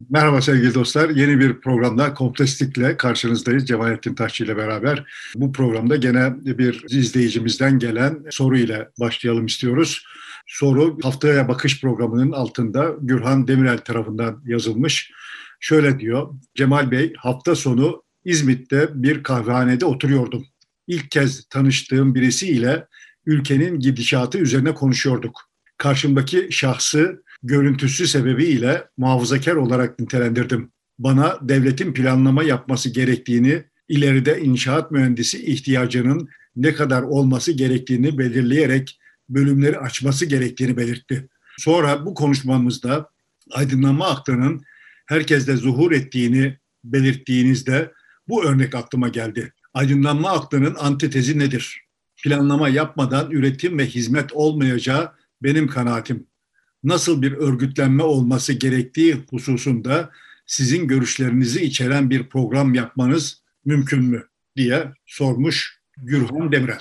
Merhaba sevgili dostlar. Yeni bir programda Komplekslik'le karşınızdayız. Cemalettin Taşçı ile beraber. Bu programda gene bir izleyicimizden gelen soru ile başlayalım istiyoruz. Soru Haftaya Bakış programının altında Gürhan Demirel tarafından yazılmış. Şöyle diyor: Cemal Bey, hafta sonu İzmit'te bir kahvehanede oturuyordum. İlk kez tanıştığım birisiyle ülkenin gidişatı üzerine konuşuyorduk. Karşımdaki şahsı görüntüsü sebebiyle muhafazakar olarak nitelendirdim. Bana devletin planlama yapması gerektiğini, ileride inşaat mühendisi ihtiyacının ne kadar olması gerektiğini belirleyerek bölümleri açması gerektiğini belirtti. Sonra bu konuşmamızda aydınlanma aklının herkeste zuhur ettiğini belirttiğinizde bu örnek aklıma geldi. Aydınlanma aklının antitezi nedir? Planlama yapmadan üretim ve hizmet olmayacağı benim kanaatim. Nasıl bir örgütlenme olması gerektiği hususunda sizin görüşlerinizi içeren bir program yapmanız mümkün mü diye sormuş Gürhan Demirel.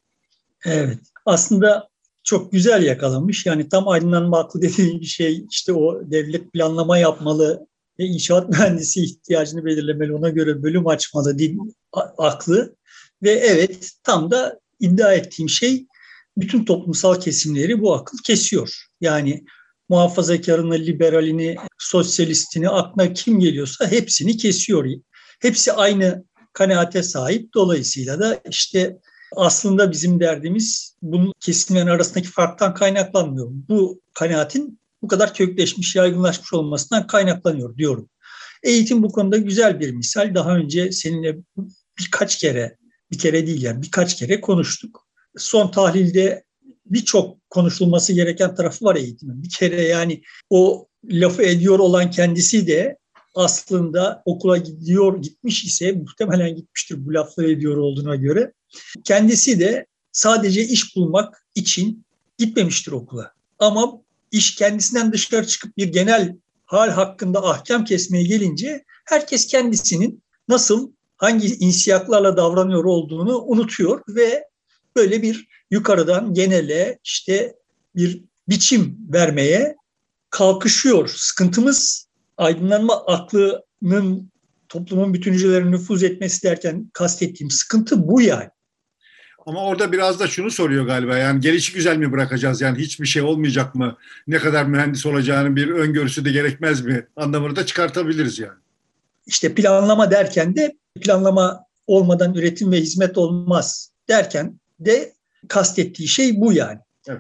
Evet, aslında çok güzel yakalamış. Yani tam aydınlanma aklı dediğim bir şey, işte o devlet planlama yapmalı ve inşaat mühendisi ihtiyacını belirlemeli, ona göre bölüm açmalı aklı. Ve evet, tam da iddia ettiğim şey, bütün toplumsal kesimleri bu akıl kesiyor. Yani muhafazakarını, liberalini, sosyalistini, aklına kim geliyorsa hepsini kesiyor. Hepsi aynı kanaate sahip. Dolayısıyla da işte aslında bizim derdimiz bunun kesimlerin arasındaki farktan kaynaklanmıyor. Bu kanaatin bu kadar kökleşmiş, yaygınlaşmış olmasından kaynaklanıyor diyorum. Eğitim bu konuda güzel bir misal. Daha önce seninle birkaç kere, bir kere değil yani birkaç kere konuştuk. Son tahlilde birçok konuşulması gereken tarafı var eğitimin. Bir kere yani o lafı ediyor olan kendisi de aslında okula gitmiş ise, muhtemelen gitmiştir bu lafları ediyor olduğuna göre, kendisi de sadece iş bulmak için gitmemiştir okula. Ama iş kendisinden dışarı çıkıp bir genel hal hakkında ahkam kesmeye gelince herkes kendisinin nasıl, hangi insiyaklarla davranıyor olduğunu unutuyor ve böyle bir yukarıdan genele işte bir biçim vermeye kalkışıyor. Sıkıntımız, aydınlanma aklının toplumun bütün hücrelerine nüfuz etmesi derken kastettiğim sıkıntı bu yani. Ama orada biraz da şunu soruyor galiba, yani gelişi güzel mi bırakacağız, yani hiçbir şey olmayacak mı, ne kadar mühendis olacağının bir öngörüsü de gerekmez mi anlamını da çıkartabiliriz yani. İşte planlama derken de, planlama olmadan üretim ve hizmet olmaz derken de kastettiği şey bu yani. Evet.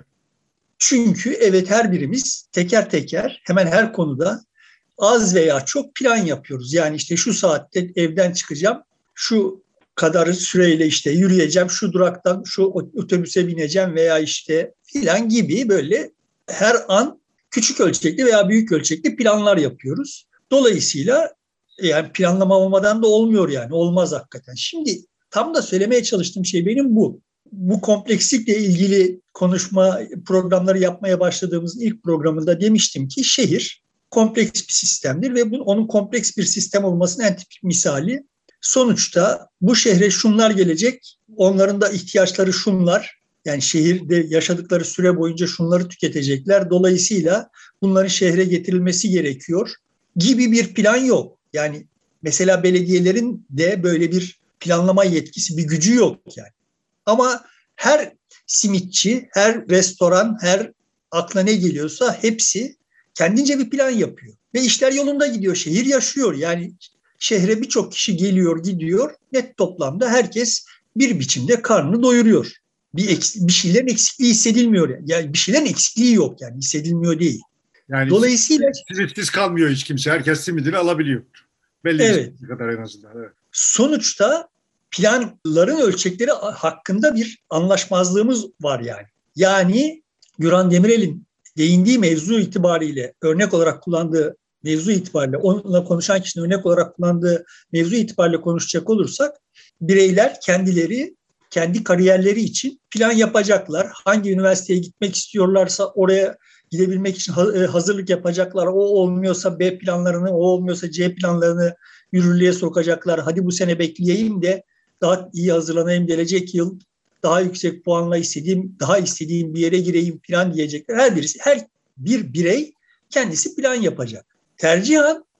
Çünkü evet, her birimiz teker teker hemen her konuda az veya çok plan yapıyoruz. Yani işte şu saatte evden çıkacağım, şu kadar süreyle işte yürüyeceğim, şu duraktan şu otobüse bineceğim veya işte filan gibi, böyle her an küçük ölçekli veya büyük ölçekli planlar yapıyoruz. Dolayısıyla yani planlama olmadan da olmuyor yani, olmaz hakikaten. Şimdi tam da söylemeye çalıştığım şey benim bu. Bu komplekslikle ilgili konuşma programları yapmaya başladığımız ilk programında demiştim ki şehir kompleks bir sistemdir ve onun kompleks bir sistem olmasının en tipik misali. Sonuçta bu şehre şunlar gelecek, onların da ihtiyaçları şunlar. Yani şehirde yaşadıkları süre boyunca şunları tüketecekler. Dolayısıyla bunların şehre getirilmesi gerekiyor gibi bir plan yok. Yani mesela belediyelerin de böyle bir planlama yetkisi, bir gücü yok yani. Ama her simitçi, her restoran, her aklına ne geliyorsa hepsi kendince bir plan yapıyor. Ve işler yolunda gidiyor, şehir yaşıyor. Yani şehre birçok kişi geliyor, gidiyor. Net toplamda herkes bir biçimde karnını doyuruyor. Bir şeylerin eksikliği hissedilmiyor. Yani bir şeylerin eksikliği yok yani, hissedilmiyor değil. Yani Dolayısıyla simitsiz kalmıyor hiç kimse. Herkes simidini alabiliyor. Belli bir evet, süre kadar en azından. Evet. sonuçta planların ölçekleri hakkında bir anlaşmazlığımız var yani. Yani Güran Demirel'in değindiği mevzu itibariyle, örnek olarak kullandığı mevzu itibariyle, onunla konuşan kişinin örnek olarak kullandığı mevzu itibariyle konuşacak olursak, bireyler kendileri, kendi kariyerleri için plan yapacaklar. Hangi üniversiteye gitmek istiyorlarsa oraya gidebilmek için hazırlık yapacaklar. O olmuyorsa B planlarını, o olmuyorsa C planlarını yürürlüğe sokacaklar. Hadi bu sene bekleyeyim de daha iyi hazırlanayım, gelecek yıl daha yüksek puanla daha istediğim bir yere gireyim plan diyecekler. Her bir birey kendisi plan yapacak. Tercihen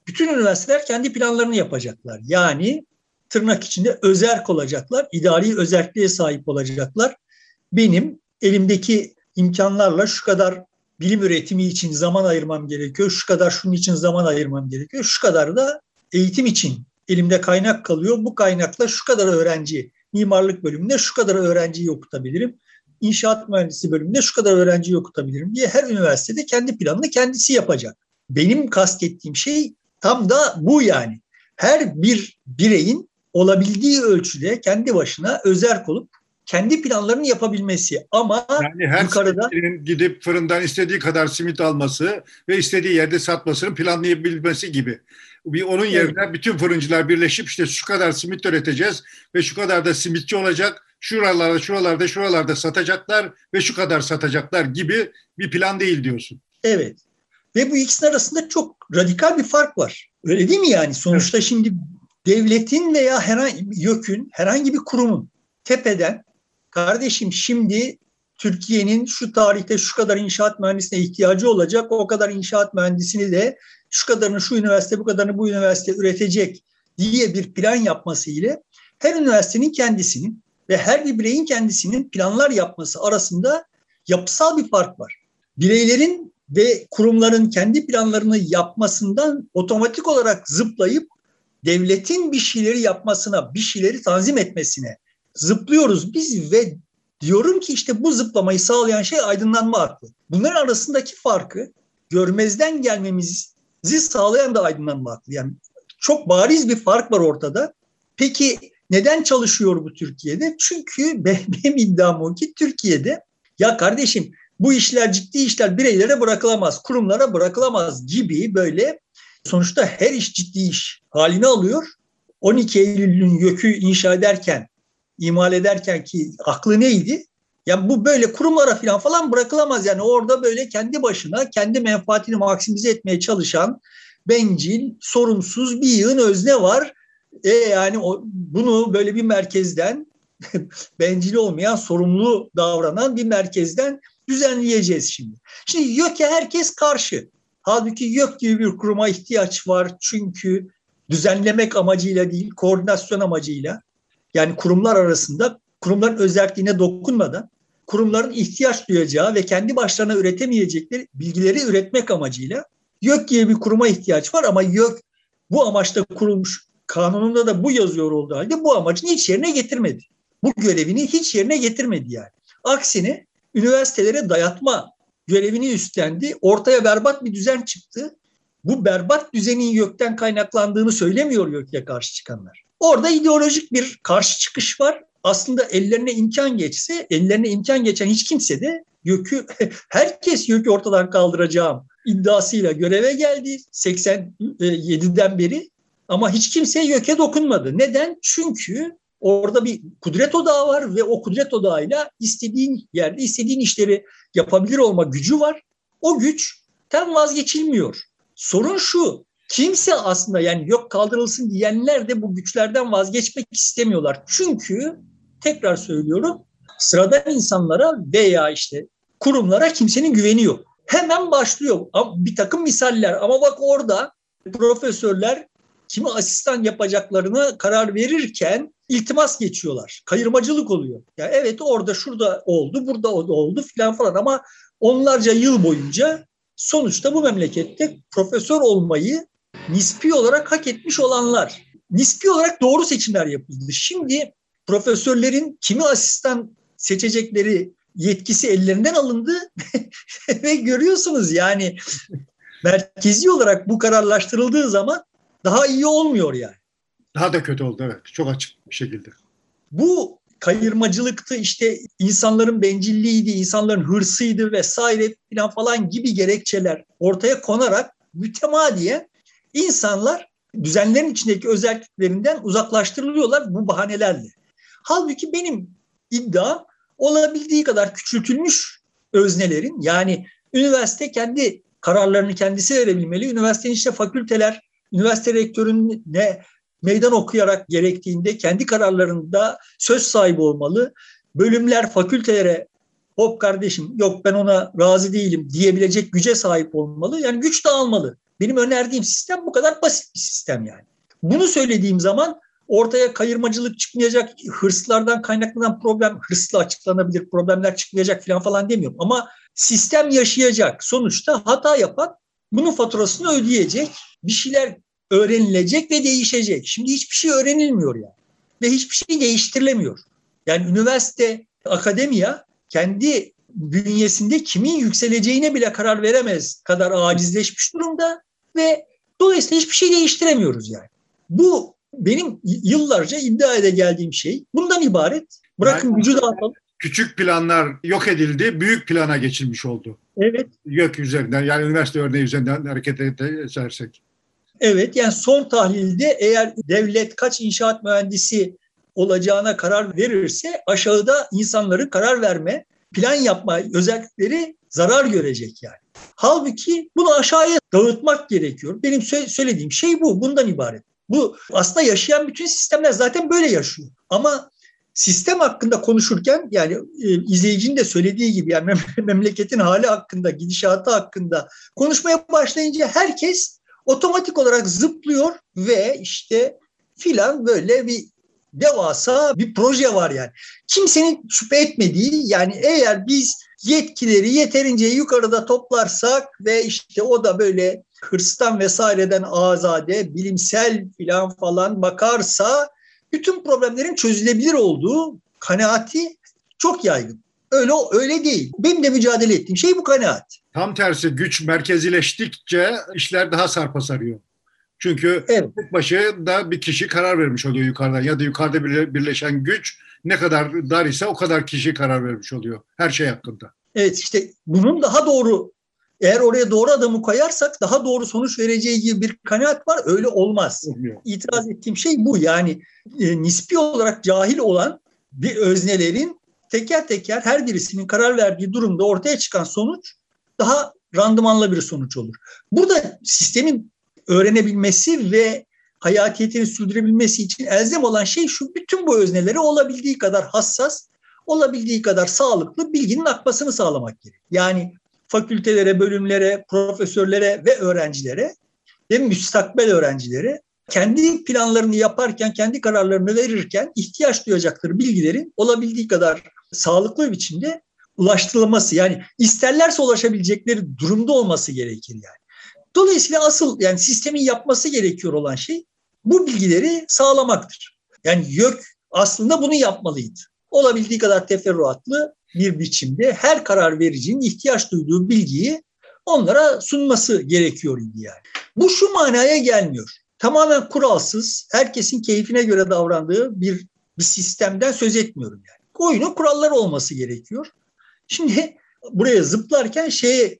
bütün üniversiteler kendi planlarını yapacaklar. Yani tırnak içinde özerk olacaklar, idari özerkliğe sahip olacaklar. Benim elimdeki imkanlarla şu kadar bilim üretimi için zaman ayırmam gerekiyor, şu kadar şunun için zaman ayırmam gerekiyor, şu kadar da eğitim için elimde kaynak kalıyor. Bu kaynakla şu kadar öğrenci, mimarlık bölümünde şu kadar öğrenciyi okutabilirim, İnşaat mühendisi bölümünde şu kadar öğrenciyi okutabilirim diye her üniversitede kendi planını kendisi yapacak. Benim kastettiğim şey tam da bu yani. Her bir bireyin olabildiği ölçüde kendi başına özerk olup kendi planlarını yapabilmesi ama yani her yukarıda simitçinin gidip fırından istediği kadar simit alması ve istediği yerde satmasını planlayabilmesi gibi. Onun yerine bütün fırıncılar birleşip işte şu kadar simit üreteceğiz ve şu kadar da simitçi olacak. Şuralarda satacaklar ve şu kadar satacaklar gibi bir plan değil diyorsun. Evet. Ve bu ikisinin arasında çok radikal bir fark var. Öyle değil mi yani? Sonuçta şimdi devletin veya YÖK'ün, herhangi bir kurumun tepeden kardeşim şimdi Türkiye'nin şu tarihte şu kadar inşaat mühendisine ihtiyacı olacak, o kadar inşaat mühendisini de şu kadarını şu üniversite, bu kadarını bu üniversite üretecek diye bir plan yapması ile her üniversitenin kendisinin ve her bir bireyin kendisinin planlar yapması arasında yapısal bir fark var. Bireylerin ve kurumların kendi planlarını yapmasından otomatik olarak zıplayıp devletin bir şeyleri yapmasına, bir şeyleri tanzim etmesine zıplıyoruz biz ve diyorum ki işte bu zıplamayı sağlayan şey aydınlanma aklı. Bunların arasındaki farkı görmezden gelmemizi sağlayan da aydınlanma aklı. Yani çok bariz bir fark var ortada. Peki neden çalışıyor bu Türkiye'de? Çünkü benim iddiam o ki Türkiye'de ya kardeşim bu işler ciddi işler bireylere bırakılamaz, kurumlara bırakılamaz gibi böyle sonuçta her iş ciddi iş halini alıyor. 12 Eylül'ün YÖK'ü inşa ederken, imal ederken ki aklı neydi? Ya bu böyle kurumlara falan bırakılamaz. Yani orada böyle kendi başına kendi menfaatini maksimize etmeye çalışan bencil, sorumsuz bir yığın özne var. Yani bunu böyle bir merkezden bencil olmayan, sorumlu davranan bir merkezden düzenleyeceğiz şimdi. Şimdi YÖK'e herkes karşı. Halbuki YÖK gibi bir kuruma ihtiyaç var. Çünkü düzenlemek amacıyla değil, koordinasyon amacıyla yani kurumlar arasında kurumların özelliğine dokunmadan kurumların ihtiyaç duyacağı ve kendi başlarına üretemeyecekleri bilgileri üretmek amacıyla YÖK gibi bir kuruma ihtiyaç var ama YÖK bu amaçla kurulmuş, kanununda da bu yazıyor olduğu halde bu amacını hiç yerine getirmedi. Bu görevini hiç yerine getirmedi yani. Aksine üniversitelere dayatma görevini üstlendi. Ortaya berbat bir düzen çıktı. Bu berbat düzenin YÖK'ten kaynaklandığını söylemiyor YÖK'e karşı çıkanlar. Orada ideolojik bir karşı çıkış var. Aslında ellerine imkan geçen hiç kimse de herkes YÖK'ü ortadan kaldıracağım iddiasıyla göreve geldi 87'den beri. Ama hiç kimse YÖK'e dokunmadı. Neden? Çünkü orada bir kudret odağı var ve o kudret odağıyla istediğin yerde istediğin işleri yapabilir olma gücü var. O güçten vazgeçilmiyor. Sorun şu, kimse aslında yani YÖK kaldırılsın diyenler de bu güçlerden vazgeçmek istemiyorlar. Çünkü tekrar söylüyorum sıradan insanlara veya işte kurumlara kimsenin güveni yok. Hemen başlıyor bir takım misaller ama bak orada profesörler kimi asistan yapacaklarına karar verirken iltimas geçiyorlar. Kayırmacılık oluyor. Ya evet orada şurada oldu, burada oldu falan ama onlarca yıl boyunca sonuçta bu memlekette profesör olmayı nispi olarak hak etmiş olanlar. Nispi olarak doğru seçimler yapıldı. Şimdi profesörlerin kimi asistan seçecekleri yetkisi ellerinden alındı ve görüyorsunuz yani merkezi olarak bu kararlaştırıldığı zaman daha iyi olmuyor yani. Daha da kötü oldu evet. Çok açık bir şekilde. Bu kayırmacılıktı işte insanların bencilliğiydi, insanların hırsıydı vesaire falan gibi gerekçeler ortaya konarak mütemadiyen insanlar düzenlerin içindeki özelliklerinden uzaklaştırılıyorlar bu bahanelerle. Halbuki benim iddiam olabildiği kadar küçültülmüş öznelerin yani üniversite kendi kararlarını kendisi verebilmeli. Üniversitenin işte fakülteler, üniversite rektörüne meydan okuyarak gerektiğinde kendi kararlarında söz sahibi olmalı. Bölümler fakültelere hop kardeşim yok ben ona razı değilim diyebilecek güce sahip olmalı. Yani güç dağılmalı. Benim önerdiğim sistem bu kadar basit bir sistem yani. Bunu söylediğim zaman ortaya kayırmacılık çıkmayacak, hırslardan kaynaklanan hırsla açıklanabilir problemler çıkmayacak falan demiyorum. Ama sistem yaşayacak. Sonuçta hata yapan bunun faturasını ödeyecek, bir şeyler öğrenilecek ve değişecek. Şimdi hiçbir şey öğrenilmiyor yani ve hiçbir şey değiştirilemiyor. Yani üniversite, akademiya kendi bünyesinde kimin yükseleceğine bile karar veremez kadar acizleşmiş durumda ve dolayısıyla hiçbir şey değiştiremiyoruz yani. Bu benim yıllarca iddia ede geldiğim şey bundan ibaret. Bırakın gücü dağıtalım. Küçük planlar yok edildi, büyük plana geçilmiş oldu. Evet. YÖK üzerinden, yani üniversite örneği üzerinden hareket edersek. Evet, yani son tahlilde eğer devlet kaç inşaat mühendisi olacağına karar verirse aşağıda insanların karar verme, plan yapma özellikleri zarar görecek yani. Halbuki bunu aşağıya dağıtmak gerekiyor. Benim söylediğim şey bu, bundan ibaret. Bu aslında yaşayan bütün sistemler zaten böyle yaşıyor. Ama sistem hakkında konuşurken yani izleyicinin de söylediği gibi yani memleketin hali hakkında, gidişatı hakkında konuşmaya başlayınca herkes otomatik olarak zıplıyor ve işte filan böyle bir devasa bir proje var yani. Kimsenin şüphe etmediği yani eğer biz yetkileri yeterince yukarıda toplarsak ve işte o da böyle hırstan vesaireden azade, bilimsel falan bakarsa bütün problemlerin çözülebilir olduğu kanaati çok yaygın. Öyle değil. Benim de mücadele ettiğim şey bu kanaat. Tam tersi, güç merkezileştikçe işler daha sarpa sarıyor. Çünkü evet. tek başına bir kişi karar vermiş oluyor yukarıdan ya da yukarıda birleşen güç ne kadar dar ise o kadar kişi karar vermiş oluyor her şey hakkında. Evet, işte bunun daha doğru, eğer oraya doğru adamı koyarsak daha doğru sonuç vereceği gibi bir kanaat var. Öyle olmaz. Olmuyor. İtiraz ettiğim şey bu. Yani nispi olarak cahil olan bir öznelerin teker teker her birisinin karar verdiği durumda ortaya çıkan sonuç daha randımanlı bir sonuç olur. Burada sistemin öğrenebilmesi ve hayatiyetini sürdürebilmesi için elzem olan şey şu: bütün bu özneleri olabildiği kadar hassas, olabildiği kadar sağlıklı bilginin akmasını sağlamak gerekiyor. Yani fakültelere, bölümlere, profesörlere ve öğrencilere ve müstakbel öğrencilere kendi planlarını yaparken, kendi kararlarını verirken ihtiyaç duyacakları bilgilerin olabildiği kadar sağlıklı bir biçimde ulaştırılması, yani isterlerse ulaşabilecekleri durumda olması gerekir yani. Dolayısıyla asıl yani sistemin yapması gerekiyor olan şey bu bilgileri sağlamaktır. Yani YÖK aslında bunu yapmalıydı. Olabildiği kadar teferruatlı bir biçimde her karar vericinin ihtiyaç duyduğu bilgiyi onlara sunması gerekiyor idi yani. Bu şu manaya gelmiyor. Tamamen kuralsız, herkesin keyfine göre davrandığı bir sistemden söz etmiyorum yani. Oyunun kuralları olması gerekiyor. Şimdi buraya zıplarken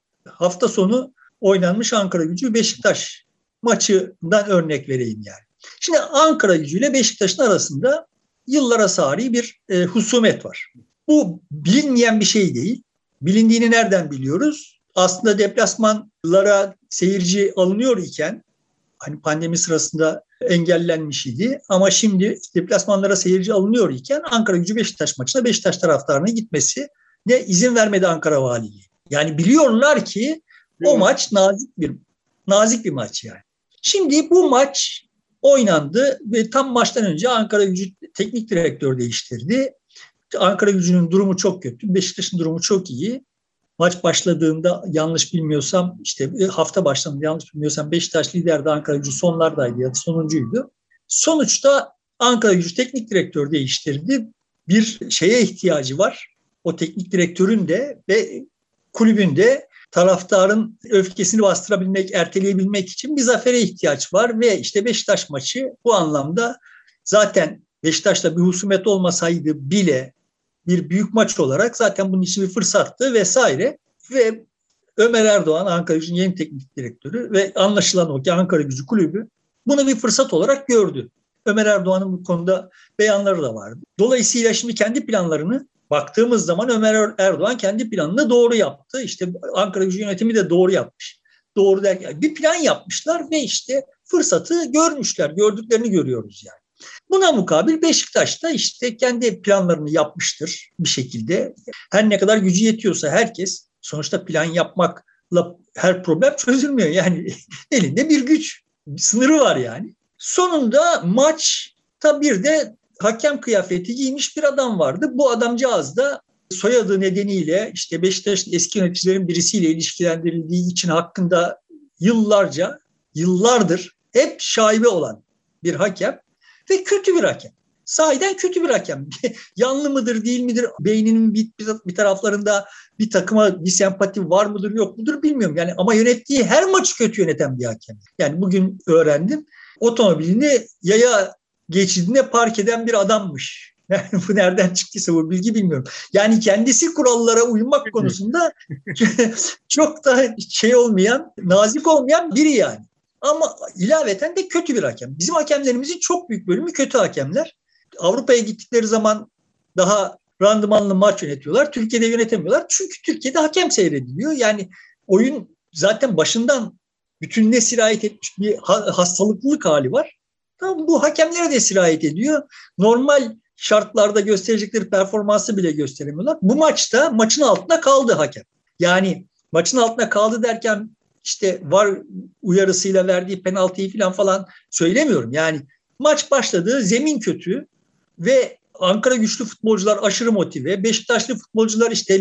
hafta sonu oynanmış Ankaragücü Beşiktaş maçından örnek vereyim yani. Şimdi Ankaragücü ile Beşiktaş'ın arasında yıllara sari bir husumet var. Bu bilinmeyen bir şey değil. Bilindiğini nereden biliyoruz? Aslında deplasmanlara seyirci alınıyor iken, hani pandemi sırasında engellenmiş idi ama şimdi deplasmanlara seyirci alınıyor iken Ankaragücü Beşiktaş maçına Beşiktaş taraftarının gitmesi ne izin vermedi Ankara Valiliği. Yani biliyorlar ki o maç nazik bir maç yani. Şimdi bu maç oynandı ve tam maçtan önce Ankaragücü teknik direktör değiştirdi. Ankaragücü'nün durumu çok kötü, Beşiktaş'ın durumu çok iyi. Maç başladığında yanlış bilmiyorsam, hafta başladığında yanlış bilmiyorsam Beşiktaş liderdi, Ankaragücü sonlardaydı ya da sonuncuydu. Sonuçta Ankaragücü teknik direktör değiştirdi. Bir şeye ihtiyacı var. O teknik direktörün de ve kulübün de taraftarın öfkesini bastırabilmek, erteleyebilmek için bir zafere ihtiyaç var ve Beşiktaş maçı bu anlamda zaten Beşiktaş'ta bir husumet olmasaydı bile bir büyük maç olarak zaten bunun için bir fırsattı vesaire ve Ömer Erdoğan, Ankaragücü'nün yeni teknik direktörü ve anlaşılan o ki Ankaragücü kulübü bunu bir fırsat olarak gördü. Ömer Erdoğan'ın bu konuda beyanları da vardı. Dolayısıyla şimdi kendi planlarını baktığımız zaman Ömer Erdoğan kendi planını doğru yaptı. Ankaragücü yönetimi de doğru yapmış. Doğru derken bir plan yapmışlar ve fırsatı görmüşler. Gördüklerini görüyoruz yani. Buna mukabil Beşiktaş da kendi planlarını yapmıştır bir şekilde. Her ne kadar gücü yetiyorsa herkes, sonuçta plan yapmak her problem çözülmüyor. Yani elinde bir güç, bir sınırı var yani. Sonunda maçta bir de hakem kıyafeti giymiş bir adam vardı. Bu adamcağız da soyadı nedeniyle işte Beşiktaş'ın eski yöneticilerin birisiyle ilişkilendirildiği için hakkında yıllardır hep şaibe olan bir hakem ve kötü bir hakem. Sahiden kötü bir hakem. Yanlı mıdır değil midir? Beyninin bir taraflarında bir takıma bir sempati var mıdır yok mudur bilmiyorum. Yani ama yönettiği her maçı kötü yöneten bir hakem. Yani bugün öğrendim. Otomobilini yaya geçidine park eden bir adammış. Yani bu nereden çıktıysa bu bilgi bilmiyorum. Yani kendisi kurallara uymak konusunda çok da olmayan, nazik olmayan biri yani. Ama ilaveten de kötü bir hakem. Bizim hakemlerimizin çok büyük bölümü kötü hakemler. Avrupa'ya gittikleri zaman daha randımanlı maç yönetiyorlar. Türkiye'de yönetemiyorlar. Çünkü Türkiye'de hakem seyrediliyor. Yani oyun zaten başından bütününe sirayet etmiş bir hastalıklılık hali var. Tamam, bu hakemlere de sirayet ediyor. Normal şartlarda gösterecekleri performansı bile gösteremiyorlar. Bu maçta maçın altında kaldı hakem. Yani maçın altında kaldı derken işte VAR uyarısıyla verdiği penaltıyı falan söylemiyorum. Yani maç başladı, zemin kötü ve Ankara güçlü futbolcular aşırı motive. Beşiktaşlı futbolcular işte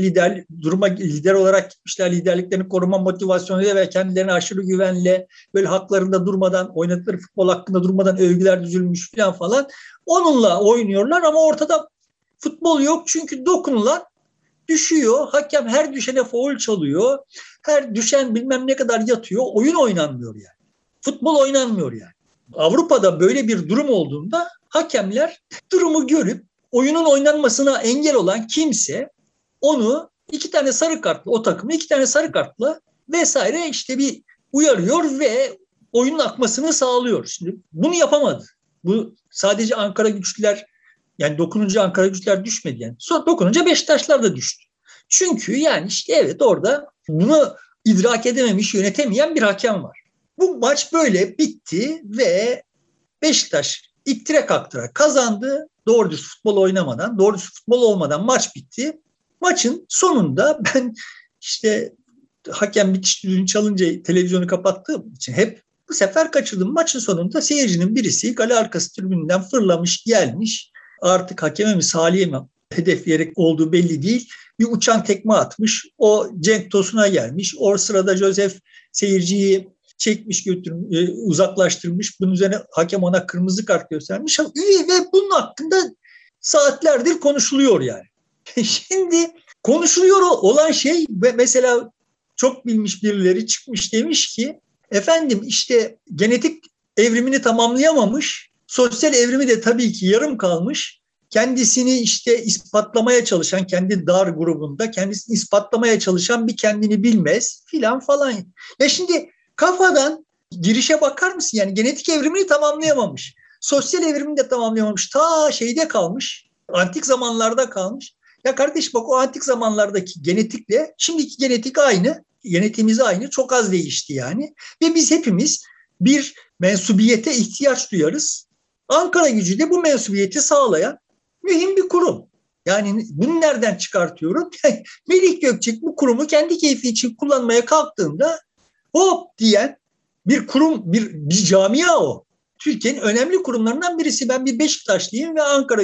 lider olarak gitmişler. Liderliklerini koruma motivasyonuyla ve kendilerine aşırı güvenle böyle haklarında durmadan, oynadıkları futbol hakkında durmadan övgüler düzülmüş falan. Onunla oynuyorlar ama ortada futbol yok çünkü dokunulan düşüyor. Hakem her düşene faul çalıyor. Her düşen bilmem ne kadar yatıyor. Oyun oynanmıyor yani. Futbol oynanmıyor yani. Avrupa'da böyle bir durum olduğunda hakemler durumu görüp oyunun oynanmasına engel olan kimse onu 2 tane sarı kartla, o takımı 2 tane sarı kartla vesaire işte bir uyarıyor ve oyunun akmasını sağlıyor. Şimdi bunu yapamadı. Bu sadece Ankara güçlüler, yani dokununca Ankara güçler düşmedi yani. Sonra dokununca Beşiktaşlar da düştü. Çünkü yani işte evet orada bunu idrak edememiş, yönetemeyen bir hakem var. Bu maç böyle bitti ve Beşiktaş ittire kaktıra kazandı. Doğru düz futbol oynamadan, doğru düz futbol olmadan maç bitti. Maçın sonunda ben işte hakem bitiş düdüğünü çalınca televizyonu kapattığım için hep bu sefer kaçırdım. Maçın sonunda seyircinin birisi kale arkası tribünden fırlamış gelmiş. Artık hakeme mi Salih'e mi hedefleyerek olduğu belli değil. Bir uçan tekme atmış. O Cenk Tosun'a gelmiş. O sırada Joseph seyirciyi çekmiş uzaklaştırmış. Bunun üzerine hakem ona kırmızı kart göstermiş. Ve bunun hakkında saatlerdir konuşuluyor yani. Şimdi konuşuluyor olan şey mesela çok bilmiş birileri çıkmış demiş ki efendim işte genetik evrimini tamamlayamamış, sosyal evrimi de tabii ki yarım kalmış. Kendisini işte ispatlamaya çalışan, kendi dar grubunda kendisini ispatlamaya çalışan bir kendini bilmez falan. Ya şimdi kafadan girişe bakar mısın? Yani genetik evrimini tamamlayamamış. Sosyal evrimini de tamamlayamamış. Ta şeyde kalmış. Antik zamanlarda kalmış. Ya kardeş bak o antik zamanlardaki genetikle şimdiki genetik aynı. Genetiğimiz aynı. Çok az değişti yani. Ve biz hepimiz bir mensubiyete ihtiyaç duyarız. Ankara Gücü de bu mensubiyeti sağlayan mühim bir kurum. Yani bunu nereden çıkartıyorum? Melih Gökçek bu kurumu kendi keyfi için kullanmaya kalktığında hop diyen bir kurum, bir camia o. Türkiye'nin önemli kurumlarından birisi. Ben bir Beşiktaşlıyım ve Ankara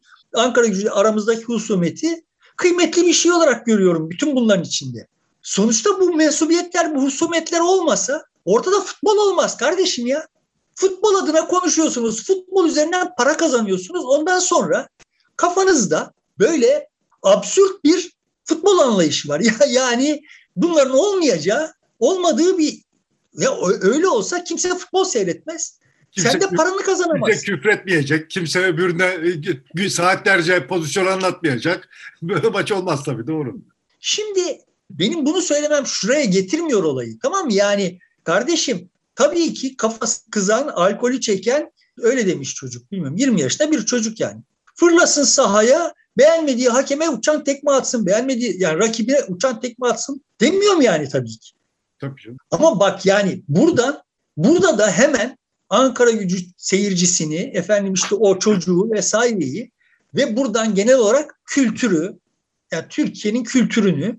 Gücü aramızdaki husumeti kıymetli bir şey olarak görüyorum bütün bunların içinde. Sonuçta bu mensubiyetler, bu husumetler olmasa ortada futbol olmaz kardeşim ya. Futbol adına konuşuyorsunuz, futbol üzerinden para kazanıyorsunuz. Ondan sonra kafanızda böyle absürt bir futbol anlayışı var. Yani bunların olmadığı bir ya öyle olsa kimse futbol seyretmez. Sen de paranı kazanamazsın. Kimse küfretmeyecek, kimse öbürüne saatlerce pozisyon anlatmayacak. Böyle maç olmaz tabii, doğru. Şimdi benim bunu söylemem şuraya getirmiyor olayı, tamam mı? Yani kardeşim tabii ki kafası kızan, alkolü çeken öyle demiş çocuk, bilmiyorum 20 yaşında bir çocuk yani. Fırlasın sahaya, beğenmediği hakeme uçan tekme atsın, beğenmediği yani rakibine uçan tekme atsın demiyorum yani tabii ki. Tabii canım. Ama bak yani burada da hemen Ankara Gücü seyircisini, efendim işte o çocuğu vesaireyi ve buradan genel olarak kültürü, yani Türkiye'nin kültürünü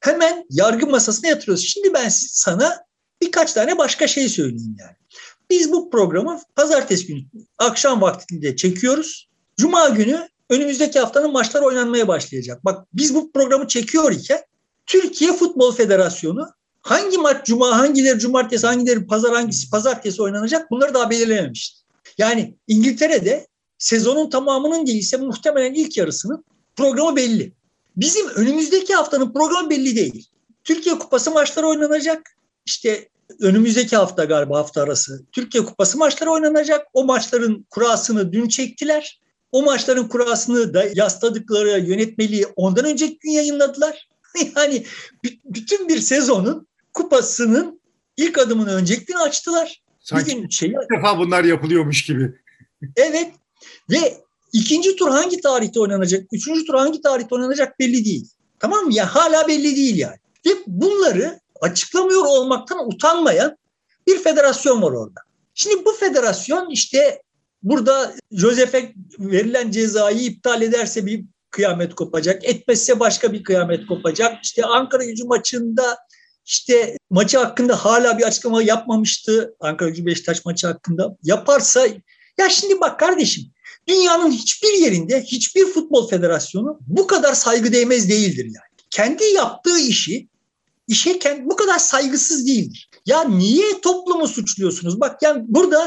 hemen yargı masasına yatırıyoruz. Şimdi ben sana birkaç tane başka şey söyleyeyim yani. Biz bu programı pazartesi günü akşam vaktinde çekiyoruz. Cuma günü önümüzdeki haftanın maçları oynanmaya başlayacak. Bak biz bu programı çekiyor iken Türkiye Futbol Federasyonu hangi maç cuma, hangileri cumartesi, hangileri pazar, hangisi pazartesi oynanacak bunları daha belirlememişti. Yani İngiltere'de sezonun tamamının değilse muhtemelen ilk yarısının programı belli. Bizim önümüzdeki haftanın programı belli değil. Türkiye Kupası maçları oynanacak. İşte önümüzdeki hafta galiba hafta arası Türkiye Kupası maçları oynanacak. O maçların kurasını dün çektiler. O maçların kurasını da yasladıkları yönetmeliği ondan önceki gün yayınladılar. Yani bütün bir sezonun kupasının ilk adımını önceki gün açtılar. Sanki ilk defa bunlar yapılıyormuş gibi. Evet ve ikinci tur hangi tarihte oynanacak, üçüncü tur hangi tarihte oynanacak belli değil. Tamam mı? Ya hala belli değil yani. Ve bunları açıklamıyor olmaktan utanmayan bir federasyon var orada. Şimdi bu federasyon işte burada Josef'e verilen cezayı iptal ederse bir kıyamet kopacak. Etmezse başka bir kıyamet kopacak. İşte Ankara-Gücü maçında işte maçı hakkında hala bir açıklama yapmamıştı. Ankara-Gücü Beşiktaş maçı hakkında. Yaparsa ya şimdi bak kardeşim dünyanın hiçbir yerinde hiçbir futbol federasyonu bu kadar saygıdeğmez değildir yani. Kendi yaptığı işe bu kadar saygısız değildir. Ya niye toplumu suçluyorsunuz? Bak yani burada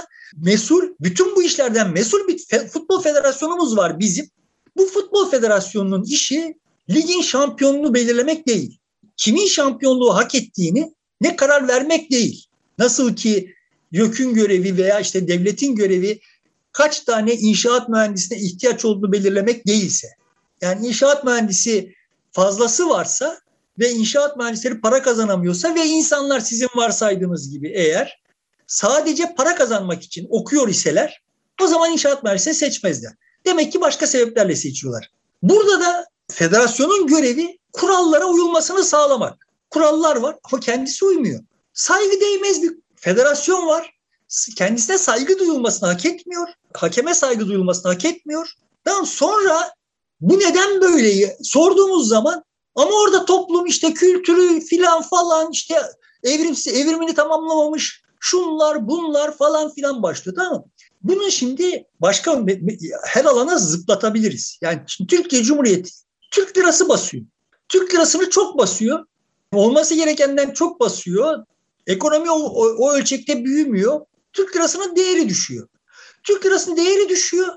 bütün bu işlerden mesul bir futbol federasyonumuz var bizim. Bu futbol federasyonunun işi ligin şampiyonluğunu belirlemek değil. Kimin şampiyonluğu hak ettiğini ne karar vermek değil. Nasıl ki YÖK'ün görevi veya işte devletin görevi kaç tane inşaat mühendisine ihtiyaç olduğunu belirlemek değilse. Yani inşaat mühendisi fazlası varsa ve inşaat mühendisleri para kazanamıyorsa ve insanlar sizin varsaydığınız gibi eğer sadece para kazanmak için okuyor iseler o zaman inşaat mühendisini seçmezler. Demek ki başka sebeplerle seçiyorlar. Burada da federasyonun görevi kurallara uyulmasını sağlamak. Kurallar var ama kendisi uymuyor. Saygı değmez bir federasyon var. Kendisine saygı duyulmasını hak etmiyor. Hakeme saygı duyulmasını hak etmiyor. Tamam, sonra bu neden böyle sorduğumuz zaman ama orada toplum işte kültürü filan falan işte evrimini tamamlamamış şunlar bunlar falan filan başlıyor, tamam mı? Bunu şimdi başka her alana zıplatabiliriz. Yani şimdi Türkiye Cumhuriyeti Türk lirası basıyor. Türk lirasını çok basıyor. Olması gerekenden çok basıyor. Ekonomi o ölçekte büyümüyor. Türk lirasının değeri düşüyor. Türk lirasının değeri düşüyor.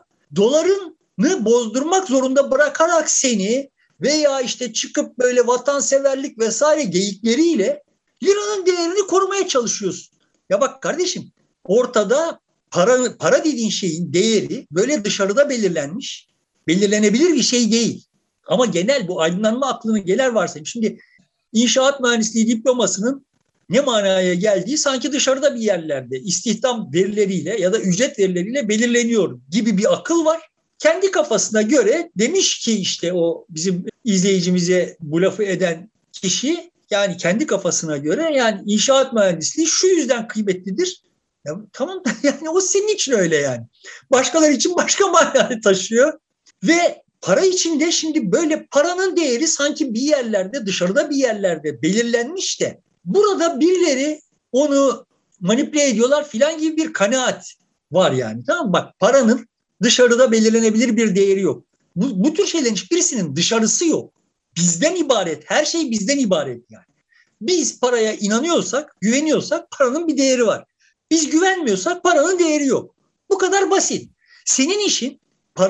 Dolarını bozdurmak zorunda bırakarak seni veya işte çıkıp böyle vatanseverlik vesaire geyikleriyle liranın değerini korumaya çalışıyorsun. Ya bak kardeşim ortada para dediğin şeyin değeri böyle dışarıda belirlenebilir bir şey değil. Ama genel bu aydınlanma aklının genel varsayım. Şimdi inşaat mühendisliği diplomasının ne manaya geldiği sanki dışarıda bir yerlerde istihdam verileriyle ya da ücret verileriyle belirleniyor gibi bir akıl var. Kendi kafasına göre demiş ki işte o bizim izleyicimize bu lafı eden kişi yani kendi kafasına göre yani inşaat mühendisliği şu yüzden kıymetlidir. Ya, tamam yani o senin için öyle yani. Başkaları için başka manayı taşıyor ve para içinde şimdi böyle paranın değeri sanki bir yerlerde dışarıda bir yerlerde belirlenmiş de burada birileri onu manipüle ediyorlar filan gibi bir kanaat var yani. Tamam mı? Bak paranın dışarıda belirlenebilir bir değeri yok. Bu tür şeylerin hiçbirisinin dışarısı yok. Bizden ibaret. Her şey bizden ibaret yani. Biz paraya inanıyorsak, güveniyorsak paranın bir değeri var. Biz güvenmiyorsak paranın değeri yok. Bu kadar basit. Senin işin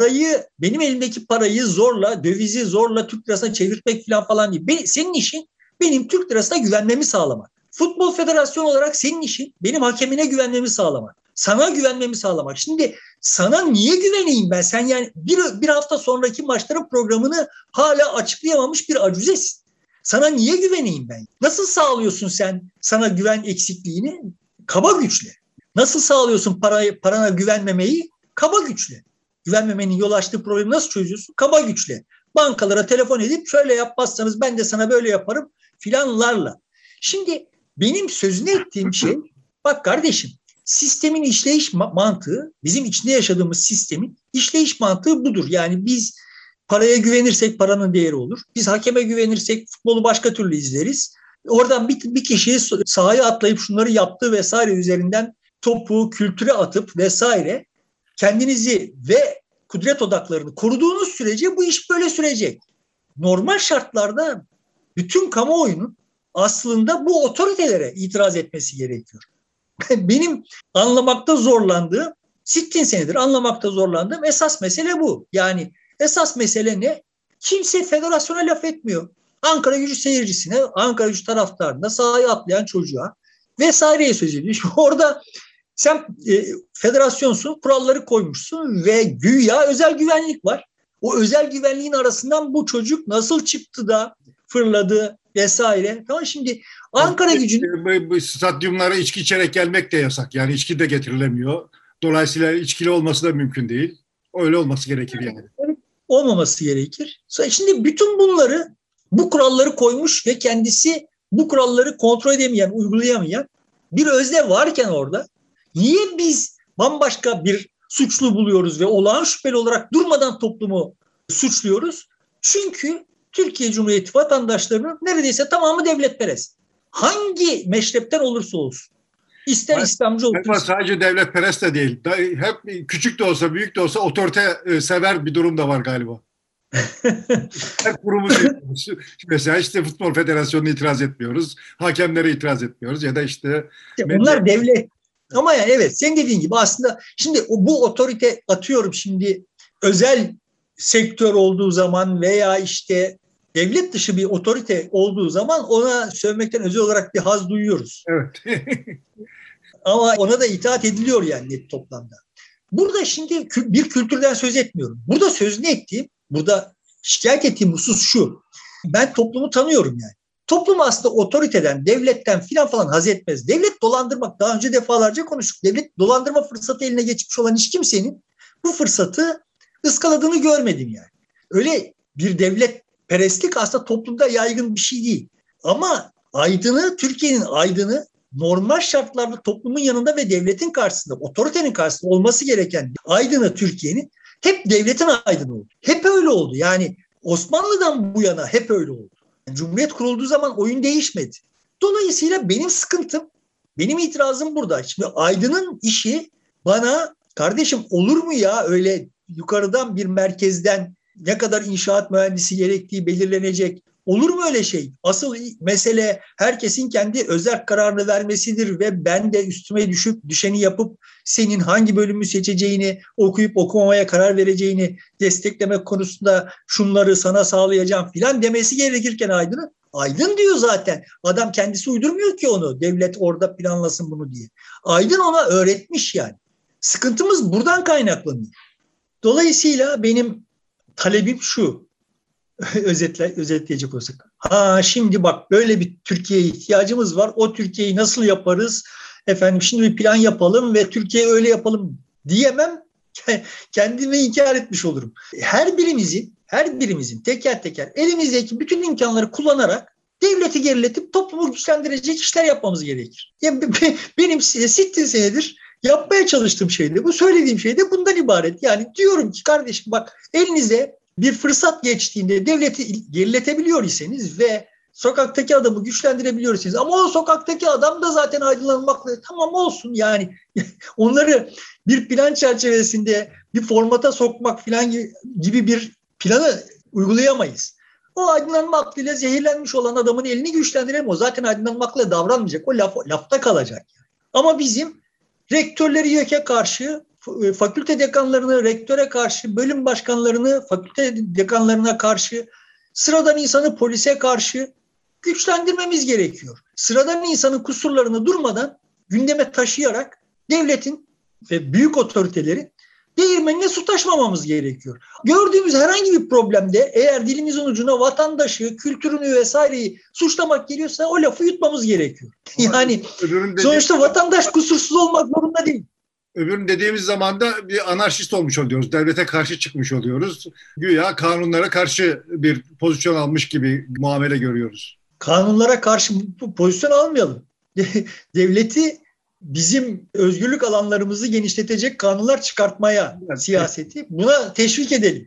benim elimdeki parayı zorla, dövizi zorla Türk lirasına çevirtmek falan değil. Senin işin benim Türk lirasına güvenmemi sağlamak. Futbol Federasyonu olarak senin işin benim hakemine güvenmemi sağlamak. Sana güvenmemi sağlamak. Şimdi sana niye güveneyim ben? Sen yani bir hafta sonraki maçların programını hala açıklayamamış bir acuzesin. Sana niye güveneyim ben? Nasıl sağlıyorsun sen sana güven eksikliğini? Kaba güçle. Nasıl sağlıyorsun parana güvenmemeyi? Kaba güçle. Güvenmemenin yol açtığı problemi nasıl çözüyorsun? Kaba güçle. Bankalara telefon edip şöyle yapmazsanız ben de sana böyle yaparım filanlarla. Şimdi benim sözünü ettiğim şey bak kardeşim sistemin işleyiş mantığı bizim içinde yaşadığımız sistemin işleyiş mantığı budur. Yani biz paraya güvenirsek paranın değeri olur. Biz hakeme güvenirsek futbolu başka türlü izleriz. Oradan bir kişiyi sahaya atlayıp şunları yaptığı vesaire üzerinden topu kültüre atıp vesaire kendinizi ve kudret odaklarını koruduğunuz sürece bu iş böyle sürecek. Normal şartlarda bütün kamuoyunun aslında bu otoritelere itiraz etmesi gerekiyor. Benim anlamakta zorlandığım, 60 senedir anlamakta zorlandığım esas mesele bu. Yani esas mesele ne? Kimse federasyona laf etmiyor. Ankara Gücü seyircisine, Ankara Gücü taraftarına, sahaya atlayan çocuğa vesaireye söz ediyor. Şimdi orada sen federasyonsun, kuralları koymuşsun ve güya özel güvenlik var. O özel güvenliğin arasından bu çocuk nasıl çıktı da fırladı vesaire. Tamam, şimdi Ankara Gücü'nün... Stadyumlara içki içerek gelmek de yasak. Yani içki de getirilemiyor. Dolayısıyla içkili olması da mümkün değil. Öyle olması gerekir yani. Olmaması gerekir. Şimdi bütün bu kuralları koymuş ve kendisi bu kuralları kontrol edemeyen, uygulayamayan bir özne varken orada niye biz bambaşka bir suçlu buluyoruz ve olağan şüpheli olarak durmadan toplumu suçluyoruz? Çünkü Türkiye Cumhuriyeti vatandaşlarının neredeyse tamamı devletperest. Hangi meşrepten olursa olsun. İster İslamcı olsun. Ama sadece devletperest de değil. Hep küçük de olsa, büyük de olsa otorite sever bir durum da var galiba. Her kurumu diyoruz. Mesela işte Futbol Federasyonu'na itiraz etmiyoruz. Hakemlere itiraz etmiyoruz ya da işte... Bunlar devlet. Ama yani evet, senin dediğin gibi aslında şimdi bu otorite, atıyorum şimdi özel sektör olduğu zaman veya işte devlet dışı bir otorite olduğu zaman ona sövmekten özel olarak bir haz duyuyoruz. Evet. Ama ona da itaat ediliyor yani net toplamda. Burada şimdi bir kültürden söz etmiyorum. Burada sözünü ettiğim, burada şikayet ettiğim husus şu. Ben toplumu tanıyorum yani. Toplum aslında otoriteden, devletten falan haz etmez. Devlet dolandırmak, daha önce defalarca konuştuk. Devlet dolandırma fırsatı eline geçmiş olan hiç kimsenin bu fırsatı ıskaladığını görmedim yani. Öyle bir devletperestlik aslında toplumda yaygın bir şey değil. Ama Türkiye'nin aydını normal şartlarda toplumun yanında ve devletin karşısında, otoritenin karşısında olması gereken aydını Türkiye'nin hep devletin aydını oldu. Hep öyle oldu. Yani Osmanlı'dan bu yana hep öyle oldu. Cumhuriyet kurulduğu zaman oyun değişmedi. Dolayısıyla benim sıkıntım, benim itirazım burada. Şimdi aydının işi bana, kardeşim olur mu ya öyle yukarıdan bir merkezden ne kadar inşaat mühendisi gerektiği belirlenecek? Olur mu öyle şey? Asıl mesele herkesin kendi özerk kararını vermesidir ve ben de üstüme düşeni yapıp senin hangi bölümü seçeceğini, okuyup okumamaya karar vereceğini desteklemek konusunda şunları sana sağlayacağım filan demesi gerekirken Aydın diyor zaten. Adam kendisi uydurmuyor ki onu. Devlet orada planlasın bunu diye. Aydın ona öğretmiş yani. Sıkıntımız buradan kaynaklanıyor. Dolayısıyla benim talebim şu. Özetleyecek olsak. Şimdi bak böyle bir Türkiye'ye ihtiyacımız var. O Türkiye'yi nasıl yaparız? Efendim şimdi bir plan yapalım ve Türkiye'yi öyle yapalım diyemem. Kendimi inkar etmiş olurum. Her birimizin teker teker elimizdeki bütün imkanları kullanarak devleti geriletip toplumu güçlendirecek işler yapmamız gerekir. Yani benim 60 senedir yapmaya çalıştığım şey de bu, söylediğim şey de bundan ibaret. Yani diyorum ki kardeşim bak, elinize bir fırsat geçtiğinde devleti geriletebiliyor iseniz ve sokaktaki adamı güçlendirebiliyor iseniz, ama o sokaktaki adam da zaten aydınlanmakla tamam olsun yani onları bir plan çerçevesinde bir formata sokmak falan gibi bir planı uygulayamayız. O aydınlanma aklıyla zehirlenmiş olan adamın elini güçlendirelim. O zaten aydınlanmakla davranmayacak. O lafta kalacak. Ama bizim rektörleri YÖK'e karşı, fakülte dekanlarını rektöre karşı, bölüm başkanlarını fakülte dekanlarına karşı, sıradan insanı polise karşı güçlendirmemiz gerekiyor. Sıradan insanın kusurlarını durmadan gündeme taşıyarak devletin ve büyük otoritelerin değirmenine su taşmamamız gerekiyor. Gördüğümüz herhangi bir problemde eğer dilimizin ucuna vatandaşı, kültürünü vesaireyi suçlamak geliyorsa o lafı yutmamız gerekiyor. Yani sonuçta vatandaş kusursuz olmak zorunda değil. Öbürünü dediğimiz zaman da bir anarşist olmuş oluyoruz. Devlete karşı çıkmış oluyoruz. Güya kanunlara karşı bir pozisyon almış gibi muamele görüyoruz. Kanunlara karşı pozisyon almayalım. Devleti bizim özgürlük alanlarımızı genişletecek kanunlar çıkartmaya siyaseti, buna teşvik edelim.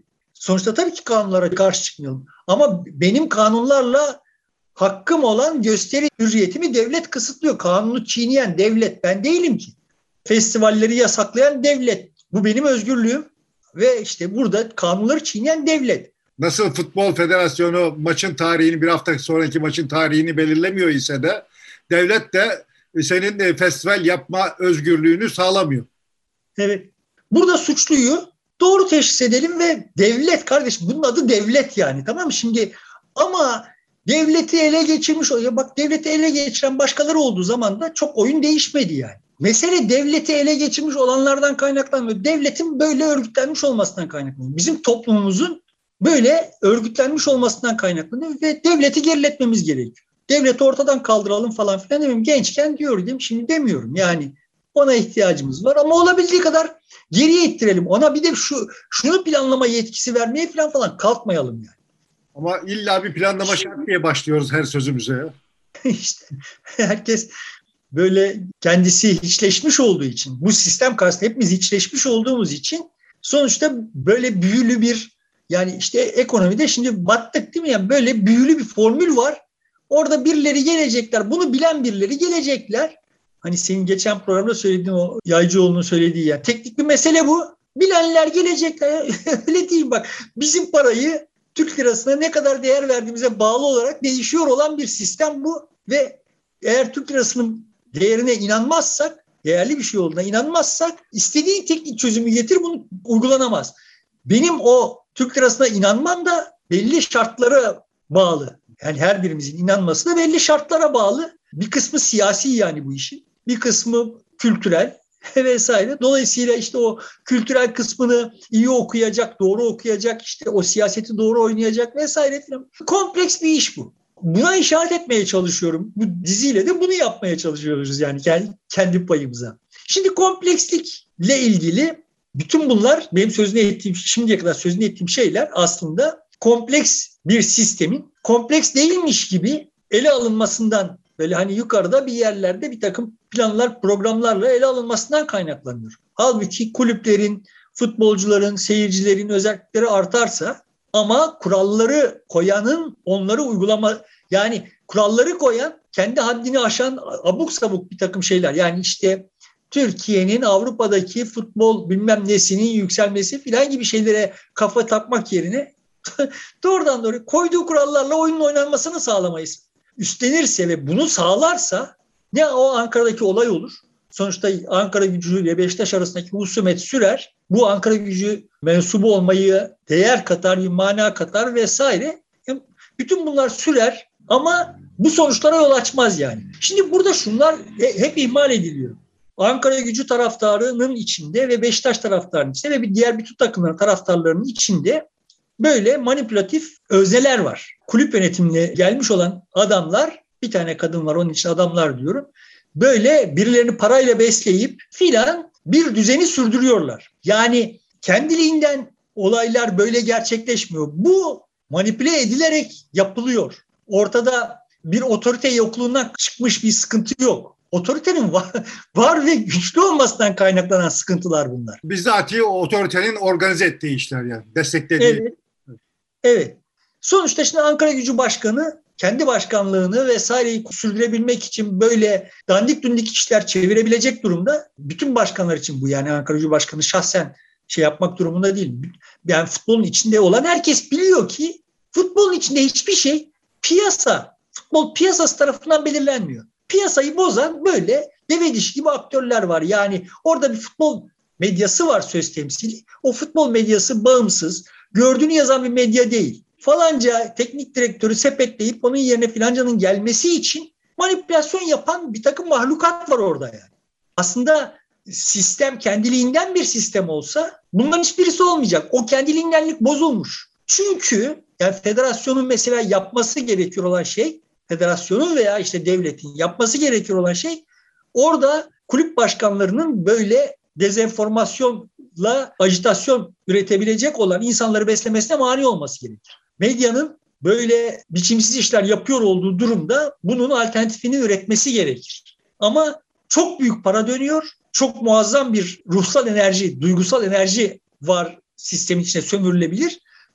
Sonuçta tabii ki kanunlara karşı çıkmayalım. Ama benim kanunlarla hakkım olan gösteri hürriyetimi devlet kısıtlıyor. Kanunu çiğneyen devlet ben değilim ki. Festivalleri yasaklayan devlet. Bu benim özgürlüğüm ve işte burada kanunları çiğneyen devlet. Nasıl Futbol Federasyonu maçın tarihini, bir hafta sonraki maçın tarihini belirlemiyor ise de devlet de senin festival yapma özgürlüğünü sağlamıyor. Evet. Burada suçluyu doğru teşhis edelim ve devlet kardeşim, bunun adı devlet yani, tamam mı? Şimdi ama devleti ele geçirmiş oluyor. Bak, devleti ele geçiren başkaları olduğu zaman da çok oyun değişmedi yani. Mesele devleti ele geçirmiş olanlardan kaynaklanmıyor. Devletin böyle örgütlenmiş olmasından kaynaklanıyor. Bizim toplumumuzun böyle örgütlenmiş olmasından kaynaklanıyor ve devleti geriletmemiz gerekiyor. Devleti ortadan kaldıralım falan filan demiyorum. Gençken diyordum, şimdi demiyorum. Yani ona ihtiyacımız var ama olabildiği kadar geriye ittirelim. Ona bir de şunu planlama yetkisi vermeye falan kalkmayalım yani. Ama illa bir planlama şart diye başlıyoruz her sözümüze ya. İşte herkes böyle kendisi hiçleşmiş olduğu için, bu sistem karşısında hepimiz hiçleşmiş olduğumuz için sonuçta böyle büyülü bir, yani işte ekonomide şimdi battık değil mi? Yani böyle büyülü bir formül var. Orada birileri gelecekler, bunu bilen birileri gelecekler. Hani senin geçen programda söylediğin, o Yaycıoğlu'nun söylediği, yani teknik bir mesele bu. Bilenler gelecekler. Öyle değil bak. Bizim parayı Türk lirasına ne kadar değer verdiğimize bağlı olarak değişiyor olan bir sistem bu. Ve eğer Türk lirasının değerine inanmazsak, değerli bir şey olduğuna inanmazsak, istediğin teknik çözümü getir, bunu uygulanamaz. Benim o Türk lirasına inanmam da belli şartlara bağlı. Yani her birimizin inanması da belli şartlara bağlı. Bir kısmı siyasi yani bu işin. Bir kısmı kültürel vesaire. Dolayısıyla işte o kültürel kısmını iyi okuyacak, doğru okuyacak, işte o siyaseti doğru oynayacak vesaire falan. Kompleks bir iş bu. Buna işaret etmeye çalışıyorum. Bu diziyle de bunu yapmaya çalışıyoruz yani kendi payımıza. Şimdi komplekslikle ilgili bütün bunlar benim şimdiye kadar sözünü ettiğim şeyler aslında kompleks bir sistemin kompleks değilmiş gibi ele alınmasından, böyle hani yukarıda bir yerlerde bir takım planlar, programlarla ele alınmasından kaynaklanıyor. Halbuki kulüplerin, futbolcuların, seyircilerin özellikleri artarsa ama kuralları koyanın onları uygulama, yani kuralları koyan kendi haddini aşan abuk sabuk bir takım şeyler. Yani işte Türkiye'nin Avrupa'daki futbol bilmem nesinin yükselmesi filan gibi şeylere kafa takmak yerine doğrudan doğruya koyduğu kurallarla oyunun oynanmasını sağlamayız. Üstlenirse ve bunu sağlarsa ne o Ankara'daki olay olur. Sonuçta Ankara Gücü ve Beşiktaş arasındaki husumet sürer. Bu Ankara Gücü mensubu olmayı değer katar, bir mana katar vesaire. Bütün bunlar sürer ama bu sonuçlara yol açmaz yani. Şimdi burada şunlar hep ihmal ediliyor. Ankara Gücü taraftarının içinde ve Beşiktaş taraftarının içinde ve diğer bütün takımların taraftarlarının içinde böyle manipülatif özneler var. Kulüp yönetimine gelmiş olan adamlar, bir tane kadın var onun için adamlar diyorum. Böyle birilerini parayla besleyip filan bir düzeni sürdürüyorlar. Yani kendiliğinden olaylar böyle gerçekleşmiyor. Bu manipüle edilerek yapılıyor. Ortada bir otorite yokluğundan çıkmış bir sıkıntı yok. Otoritenin var ve güçlü olmasından kaynaklanan sıkıntılar bunlar. Bizzati o otoritenin organize ettiği işler yani. Desteklediği. Evet. Evet. Sonuçta şimdi Ankara Gücü Başkanı kendi başkanlığını vesaireyi sürdürebilmek için böyle dandik dundik işler çevirebilecek durumda. Bütün başkanlar için bu, yani Ankara Gücü Başkanı şahsen şey yapmak durumunda değil. Yani futbolun içinde olan herkes biliyor ki futbolun içinde hiçbir şey futbol piyasası tarafından belirlenmiyor. Piyasayı bozan böyle deve dişi gibi aktörler var. Yani orada bir futbol medyası var söz temsili. O futbol medyası bağımsız, gördüğünü yazan bir medya değil. Falanca teknik direktörü sepetleyip onun yerine filancanın gelmesi için manipülasyon yapan bir takım mahlukat var orada yani. Aslında sistem kendiliğinden bir sistem olsa bunların hiçbirisi olmayacak. O kendiliğindenlik bozulmuş. Çünkü yani federasyonun mesela yapması gerekiyor olan şey, federasyonun veya işte devletin yapması gerekiyor olan şey, orada kulüp başkanlarının böyle dezenformasyonla ajitasyon üretebilecek olan insanları beslemesine mani olması gerekir. Medyanın böyle biçimsiz işler yapıyor olduğu durumda bunun alternatifini üretmesi gerekir. Ama çok büyük para dönüyor, çok muazzam bir ruhsal enerji, duygusal enerji var sistemin içine sömürülebilir.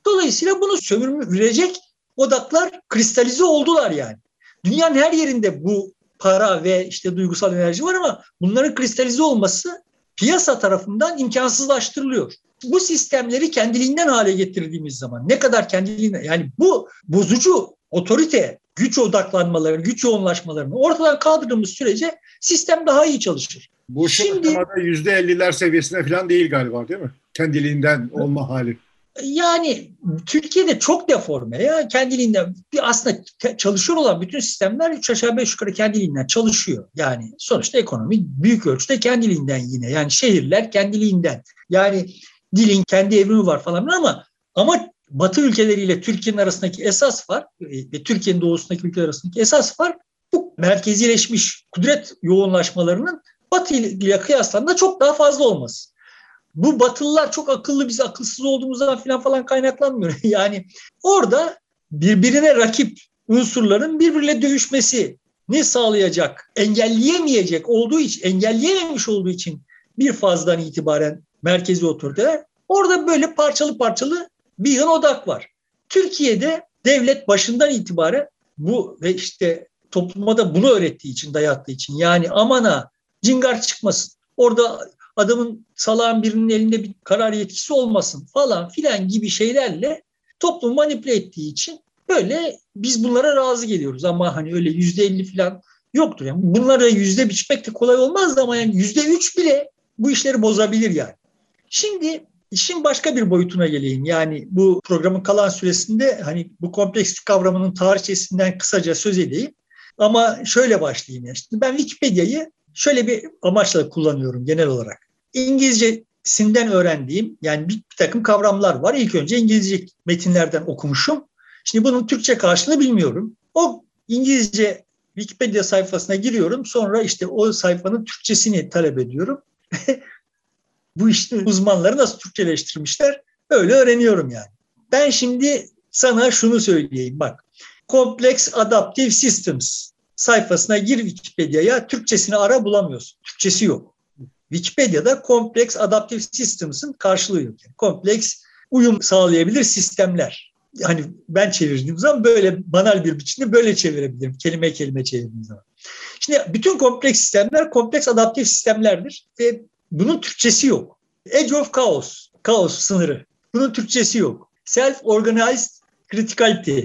Dolayısıyla bunu sömürecek odaklar kristalize oldular yani. Dünyanın her yerinde bu para ve işte duygusal enerji var ama bunların kristalize olması piyasa tarafından imkansızlaştırılıyor. Bu sistemleri kendiliğinden hale getirdiğimiz zaman ne kadar kendiliğinden, yani bu bozucu otorite, güç odaklanmaları, güç yoğunlaşmalarını ortadan kaldırdığımız sürece sistem daha iyi çalışır. Bu şimdi %50'ler seviyesine falan değil galiba, değil mi? Kendiliğinden olma hali. Yani Türkiye'de çok deforme ya, kendiliğinden aslında çalışıyor olan bütün sistemler 3 aşağı 5 yukarı kendiliğinden çalışıyor. Yani sonuçta ekonomi büyük ölçüde kendiliğinden yine. Yani şehirler kendiliğinden. Yani dilin kendi evrimi var falan ama Batı ülkeleriyle Türkiye'nin arasındaki esas fark ve Türkiye'nin doğusundaki ülkeler arasındaki esas fark bu merkezileşmiş kudret yoğunlaşmalarının Batı ile kıyaslandığında çok daha fazla olması. Bu Batılılar çok akıllı, biz akılsız olduğumuzdan falan kaynaklanmıyor. Yani orada birbirine rakip unsurların birbiriyle dövüşmesini sağlayacak, engelleyememiş olduğu için bir fazdan itibaren merkezi otoriteler orada böyle parçalı parçalı bir yığın odak var. Türkiye'de devlet başından itibaren bu ve işte topluma da bunu öğrettiği için, dayattığı için, yani amana cingar çıkmasın, orada adamın salağın birinin elinde bir karar yetkisi olmasın falan filan gibi şeylerle toplumu manipüle ettiği için böyle biz bunlara razı geliyoruz. Ama hani öyle %50 falan yoktur. Yani bunlara yüzde biçmek de kolay olmaz ama yani %3 bile bu işleri bozabilir yani. Şimdi işin başka bir boyutuna geleyim. Yani bu programın kalan süresinde hani bu komplekslik kavramının tarihçesinden kısaca söz edeyim. Ama şöyle başlayayım. Yani. Şimdi ben Wikipedia'yı şöyle bir amaçla kullanıyorum genel olarak. İngilizcesinden öğrendiğim yani bir takım kavramlar var. İlk önce İngilizce metinlerden okumuşum. Şimdi bunun Türkçe karşılığını bilmiyorum. O İngilizce Wikipedia sayfasına giriyorum. Sonra işte o sayfanın Türkçesini talep ediyorum. Bu işte uzmanları nasıl Türkçeleştirmişler öyle öğreniyorum yani. Ben şimdi sana şunu söyleyeyim bak. Complex Adaptive Systems sayfasına gir Wikipedia'ya, Türkçesini ara, bulamıyorsun. Türkçesi yok. Wikipedia'da Complex Adaptive Systems'ın karşılığı yok. Yani kompleks uyum sağlayabilir sistemler. Hani ben çevirdiğim zaman böyle banal bir biçimde böyle çevirebilirim. Kelime kelime çevirdiğim zaman. Şimdi bütün kompleks sistemler kompleks adaptif sistemlerdir ve bunun Türkçesi yok. Edge of Chaos, kaos sınırı. Bunun Türkçesi yok. Self-organized criticality.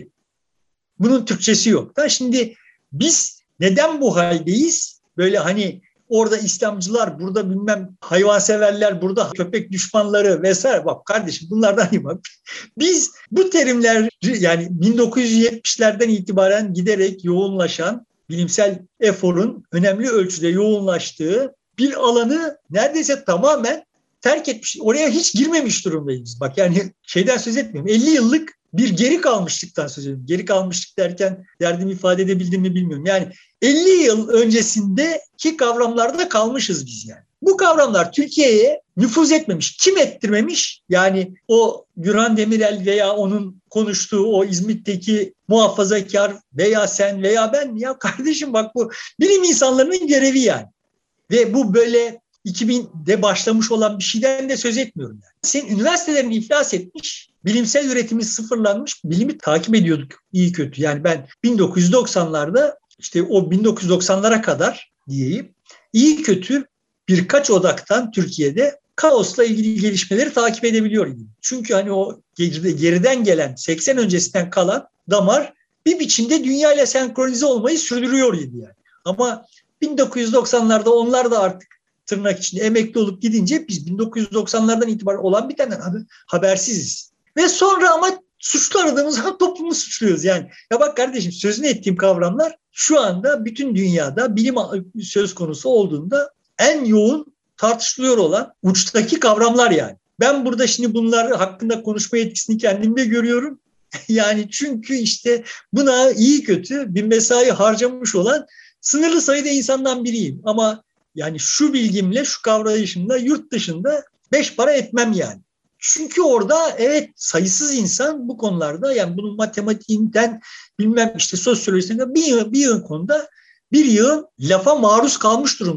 Bunun Türkçesi yok. Şimdi biz neden bu haldeyiz? Böyle hani orada İslamcılar, burada bilmem hayvanseverler, burada köpek düşmanları vesaire. Bak kardeşim bunlardan iyi bak. Biz bu terimler yani 1970'lerden itibaren giderek yoğunlaşan bilimsel eforun önemli ölçüde yoğunlaştığı bir alanı neredeyse tamamen terk etmiş. Oraya hiç girmemiş durumdayız. Bak yani şeyden söz etmiyorum. 50 yıllık bir geri kalmışlıktan söz ediyorum. Geri kalmışlık derken derdimi ifade edebildim mi bilmiyorum. Yani 50 yıl öncesindeki kavramlarda kalmışız biz yani. Bu kavramlar Türkiye'ye nüfuz etmemiş. Kim ettirmemiş? Yani o Gürhan Demirel veya onun konuştuğu o İzmit'teki muhafazakar veya sen veya ben, ya kardeşim bak bu bilim insanlarının görevi yani. Ve bu böyle 2000'de başlamış olan bir şeyden de söz etmiyorum yani. Senin üniversitelerin iflas etmiş, bilimsel üretimi sıfırlanmış, bilimi takip ediyorduk iyi kötü. Yani ben 1990'larda işte o 1990'lara kadar diyeyim iyi kötü birkaç odaktan Türkiye'de kaosla ilgili gelişmeleri takip edebiliyor idim. Çünkü hani o geriden gelen 80 öncesinden kalan damar bir biçimde dünya ile senkronize olmayı sürdürüyor idi yani. Ama 1990'larda onlar da artık tırnak içinde emekli olup gidince biz 1990'lardan itibaren olan bir tane habersiziz. Ve sonra ama suçlu aradığımız zaman toplumu suçluyoruz. Yani ya bak kardeşim sözünü ettiğim kavramlar şu anda bütün dünyada bilim söz konusu olduğunda en yoğun tartışılıyor olan uçtaki kavramlar yani. Ben burada şimdi bunlar hakkında konuşma yetkisini kendimde görüyorum. Yani çünkü işte buna iyi kötü bir mesai harcamış olan sınırlı sayıda insandan biriyim. Ama yani şu bilgimle, şu kavrayışımla yurt dışında 5 para etmem yani. Çünkü orada evet sayısız insan bu konularda yani bunun matematiğinden bilmem işte sosyolojisinden bir yığın konuda bir yığın lafa maruz kalmış durumdalar.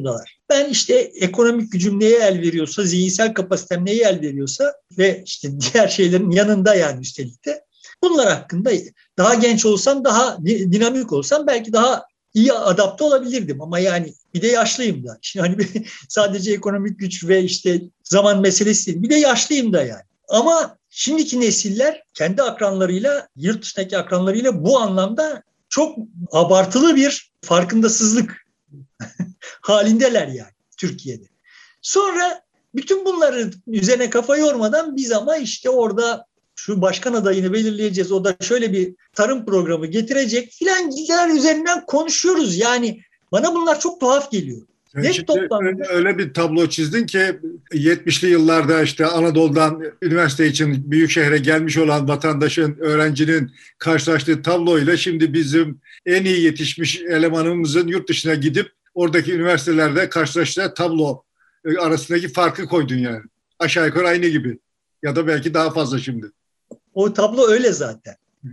Ben işte ekonomik gücüm neye el veriyorsa, zihinsel kapasitem neye el veriyorsa ve işte diğer şeylerin yanında yani üstelik de bunlar hakkında daha genç olsam, daha dinamik olsam belki daha iyi adapte olabilirdim. Ama yani bir de yaşlıyım da. Şimdi hani sadece ekonomik güç ve işte zaman meselesi değil. Bir de yaşlıyım da yani. Ama şimdiki nesiller kendi akranlarıyla, yurt dışındaki akranlarıyla bu anlamda çok abartılı bir farkındasızlık halindeler yani Türkiye'de. Sonra bütün bunları üzerine kafa yormadan biz ama işte orada şu başkan adayını belirleyeceğiz. O da şöyle bir tarım programı getirecek filan üzerinden konuşuyoruz. Yani bana bunlar çok tuhaf geliyor. Şimdi öyle bir tablo çizdin ki 70'li yıllarda işte Anadolu'dan üniversite için büyük şehre gelmiş olan vatandaşın, öğrencinin karşılaştığı tabloyla şimdi bizim en iyi yetişmiş elemanımızın yurt dışına gidip oradaki üniversitelerde karşılaştığı tablo arasındaki farkı koydun yani. Aşağı yukarı aynı gibi ya da belki daha fazla şimdi. O tablo öyle zaten.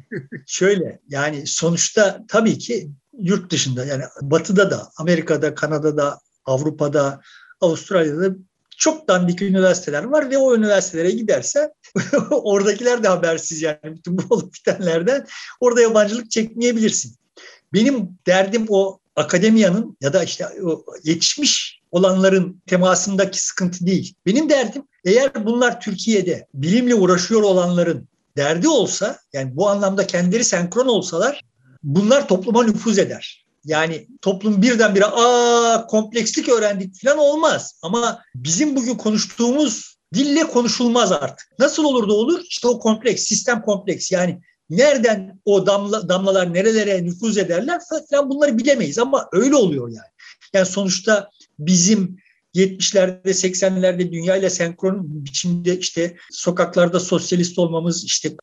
Şöyle yani sonuçta tabii ki yurt dışında yani Batı'da da, Amerika'da, Kanada'da, Avrupa'da, Avustralya'da çok dandik üniversiteler var ve o üniversitelere gidersen oradakiler de habersiz yani bütün bu olup bitenlerden orada yabancılık çekmeyebilirsin. Benim derdim o akademiyanın ya da işte o yetişmiş olanların temasındaki sıkıntı değil. Benim derdim eğer bunlar Türkiye'de bilimle uğraşıyor olanların derdi olsa yani bu anlamda kendileri senkron olsalar bunlar topluma nüfuz eder. Yani toplum birdenbire komplekslik öğrendik falan olmaz. Ama bizim bugün konuştuğumuz dille konuşulmaz artık. Nasıl olur da olur? İşte o kompleks, sistem kompleks. Yani nereden o damlalar nerelere nüfuz ederler falan bunları bilemeyiz ama öyle oluyor yani. Yani sonuçta bizim 70'lerde 80'lerde dünyayla senkron biçimde işte sokaklarda sosyalist olmamız işte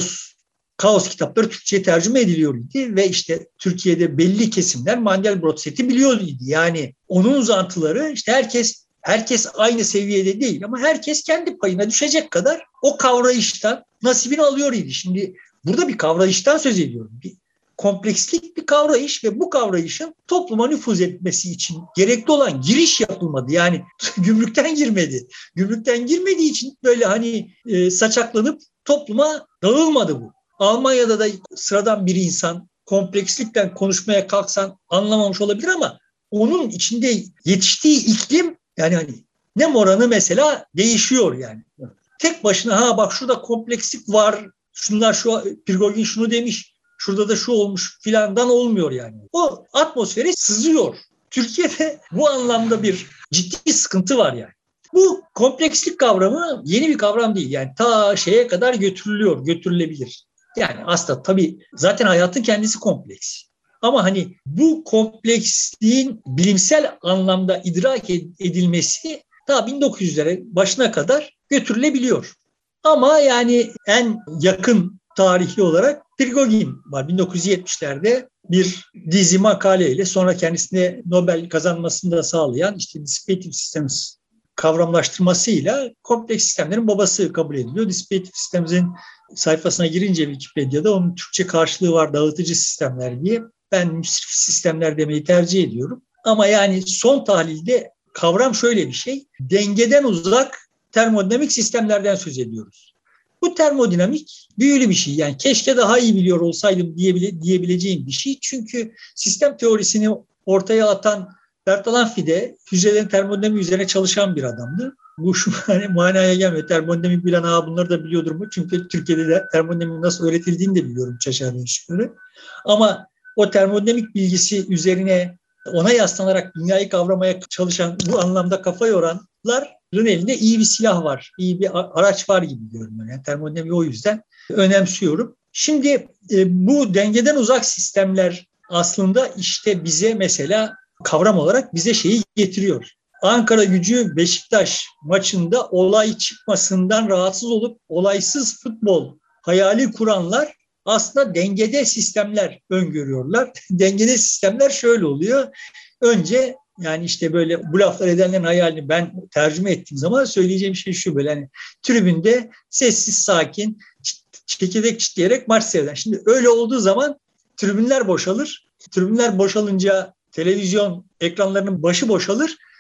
Kaos kitapları Türkçe'ye tercüme ediliyordu ve işte Türkiye'de belli kesimler Mandelbrot seti biliyordu. Yani onun uzantıları işte herkes aynı seviyede değil ama herkes kendi payına düşecek kadar o kavrayıştan nasibini alıyor idi. Şimdi burada bir kavrayıştan söz ediyorum. Bir komplekslik bir kavrayış ve bu kavrayışın topluma nüfuz etmesi için gerekli olan giriş yapılmadı. Yani gümrükten girmedi. Gümrükten girmediği için böyle hani saçaklanıp topluma dağılmadı bu. Almanya'da da sıradan bir insan komplekslikten konuşmaya kalksan anlamamış olabilir ama onun içinde yetiştiği iklim yani hani nem oranı mesela değişiyor yani. Tek başına bak şurada komplekslik var, şunlar Prigogine şunu demiş, şurada da şu olmuş filandan olmuyor yani. O atmosfere sızıyor. Türkiye'de bu anlamda bir ciddi sıkıntı var yani. Bu komplekslik kavramı yeni bir kavram değil. Yani ta şeye kadar götürülebilir. Yani aslında tabii zaten hayatın kendisi kompleks. Ama hani bu kompleksliğin bilimsel anlamda idrak edilmesi ta 1900'lere başına kadar götürülebiliyor. Ama yani en yakın tarihli olarak Prigogine var. 1970'lerde bir dizi makaleyle sonra kendisine Nobel kazanmasını da sağlayan işte Dissipative Systems kavramlaştırmasıyla kompleks sistemlerin babası kabul ediliyor. Dissipative Systems'in sayfasına girince Wikipedia'da onun Türkçe karşılığı var, dağıtıcı sistemler diye. Ben müsrif sistemler demeyi tercih ediyorum. Ama yani son tahlilde kavram şöyle bir şey. Dengeden uzak termodinamik sistemlerden söz ediyoruz. Bu termodinamik büyülü bir şey. Yani keşke daha iyi biliyor olsaydım diyebileceğim bir şey. Çünkü sistem teorisini ortaya atan Bertalanffy de hücrelerin termodinamiği üzerine çalışan bir adamdı. Bu şu manaya gelmiyor. Termodinamik bilen bunları da biliyordur mu? Çünkü Türkiye'de de termodinamiğin nasıl öğretildiğini de biliyorum çaşağı dönüşümleri. Ama o termodinamik bilgisi üzerine ona yaslanarak dünyayı kavramaya çalışan, bu anlamda kafa yoranların elinde iyi bir silah var, iyi bir araç var gibi görünüyor. Yani termodinamiği o yüzden önemsiyorum. Şimdi bu dengeden uzak sistemler aslında işte bize mesela kavram olarak bize şeyi getiriyor. Ankara Gücü Beşiktaş maçında olay çıkmasından rahatsız olup olaysız futbol hayali kuranlar aslında dengede sistemler öngörüyorlar. Dengede sistemler şöyle oluyor. Önce yani işte böyle bu laflar edenlerin hayalini ben tercüme ettiğim zaman söyleyeceğim şey şu böyle hani tribünde sessiz sakin çekirdek çitleyerek maç seyreden. Şimdi öyle olduğu zaman tribünler boşalır. Tribünler boşalınca televizyon ekranlarının başı boşalır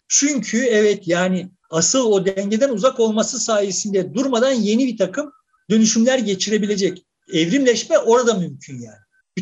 Çünkü evet yani asıl o dengeden uzak olması sayesinde durmadan yeni bir takım dönüşümler geçirebilecek. Evrimleşme orada mümkün yani.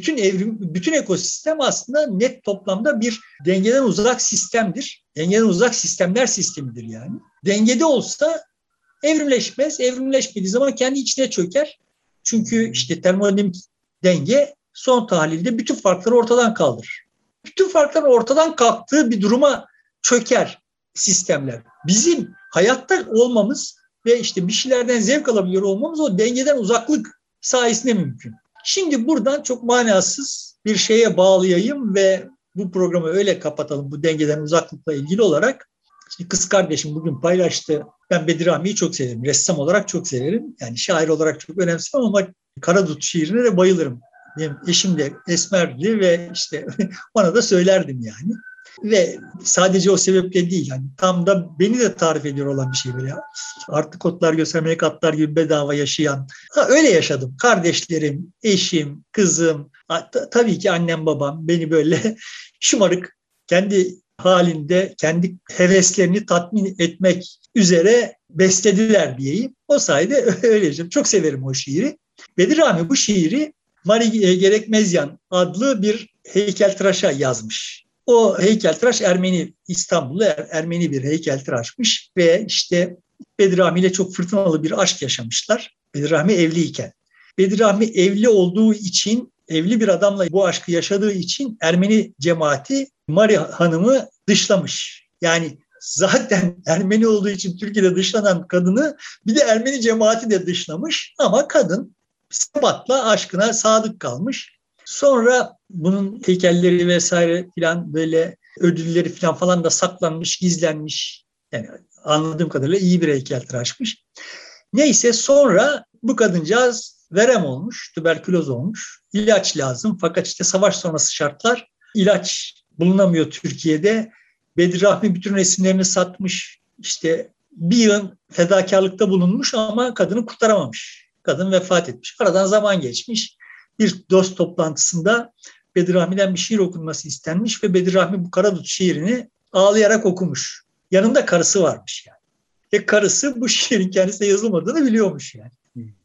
Bütün ekosistem aslında net toplamda bir dengeden uzak sistemdir. Dengeden uzak sistemler sistemidir yani. Dengede olsa evrimleşmez. Evrimleşmediği zaman kendi içine çöker. Çünkü işte termodinamik denge son tahlilde bütün farkları ortadan kaldırır. Bütün farkların ortadan kalktığı bir duruma çöker sistemler. Bizim hayatta olmamız ve işte bir şeylerden zevk alabiliyor olmamız o dengeden uzaklık sayesinde mümkün. Şimdi buradan çok manasız bir şeye bağlayayım ve bu programı öyle kapatalım bu dengeden uzaklıkla ilgili olarak. Şimdi kız kardeşim bugün paylaştı. Ben Bedir Rahmi'yi çok severim. Ressam olarak çok severim. Yani şair olarak çok önemsemem ama Karadut şiirine de bayılırım. Benim eşim de esmerdi ve işte ona da söylerdim yani. Ve sadece o sebeple değil yani tam da beni de tarif ediyor olan bir şey böyle. Artık otlar göstermelik atlar gibi bedava yaşayan. Öyle yaşadım. Kardeşlerim, eşim, kızım, tabii ki annem babam beni böyle şımarık kendi halinde kendi heveslerini tatmin etmek üzere beslediler diyeyim. O sayede öyle yaşadım. Çok severim o şiiri. Bedir Rahmi bu şiiri Mari Gerekmezyan adlı bir heykeltıraşa yazmış. O heykeltıraş Ermeni, İstanbul'da Ermeni bir heykeltıraşmış ve işte Bedir Rahmi ile çok fırtınalı bir aşk yaşamışlar. Bedir Rahmi evliyken. Bedir Rahmi evli olduğu için, evli bir adamla bu aşkı yaşadığı için Ermeni cemaati Mari Hanım'ı dışlamış. Yani zaten Ermeni olduğu için Türkiye'de dışlanan kadını bir de Ermeni cemaati de dışlamış ama kadın sebatla aşkına sadık kalmış. Sonra bunun heykelleri vesaire filan böyle ödülleri falan da saklanmış, gizlenmiş. Yani anladığım kadarıyla iyi bir heykeltıraşmış. Neyse sonra bu kadıncağız verem olmuş, tüberküloz olmuş. İlaç lazım fakat işte savaş sonrası şartlar ilaç bulunamıyor Türkiye'de. Bedir Rahmi bütün resimlerini satmış. İşte bir yıl fedakarlıkta bulunmuş ama kadını kurtaramamış. Kadın vefat etmiş. Aradan zaman geçmiş. Bir dost toplantısında Bedir Rahmi'den bir şiir okunması istenmiş ve Bedir Rahmi bu Karadut şiirini ağlayarak okumuş. Yanında karısı varmış yani. Ve karısı bu şiirin kendisine yazılmadığını biliyormuş yani.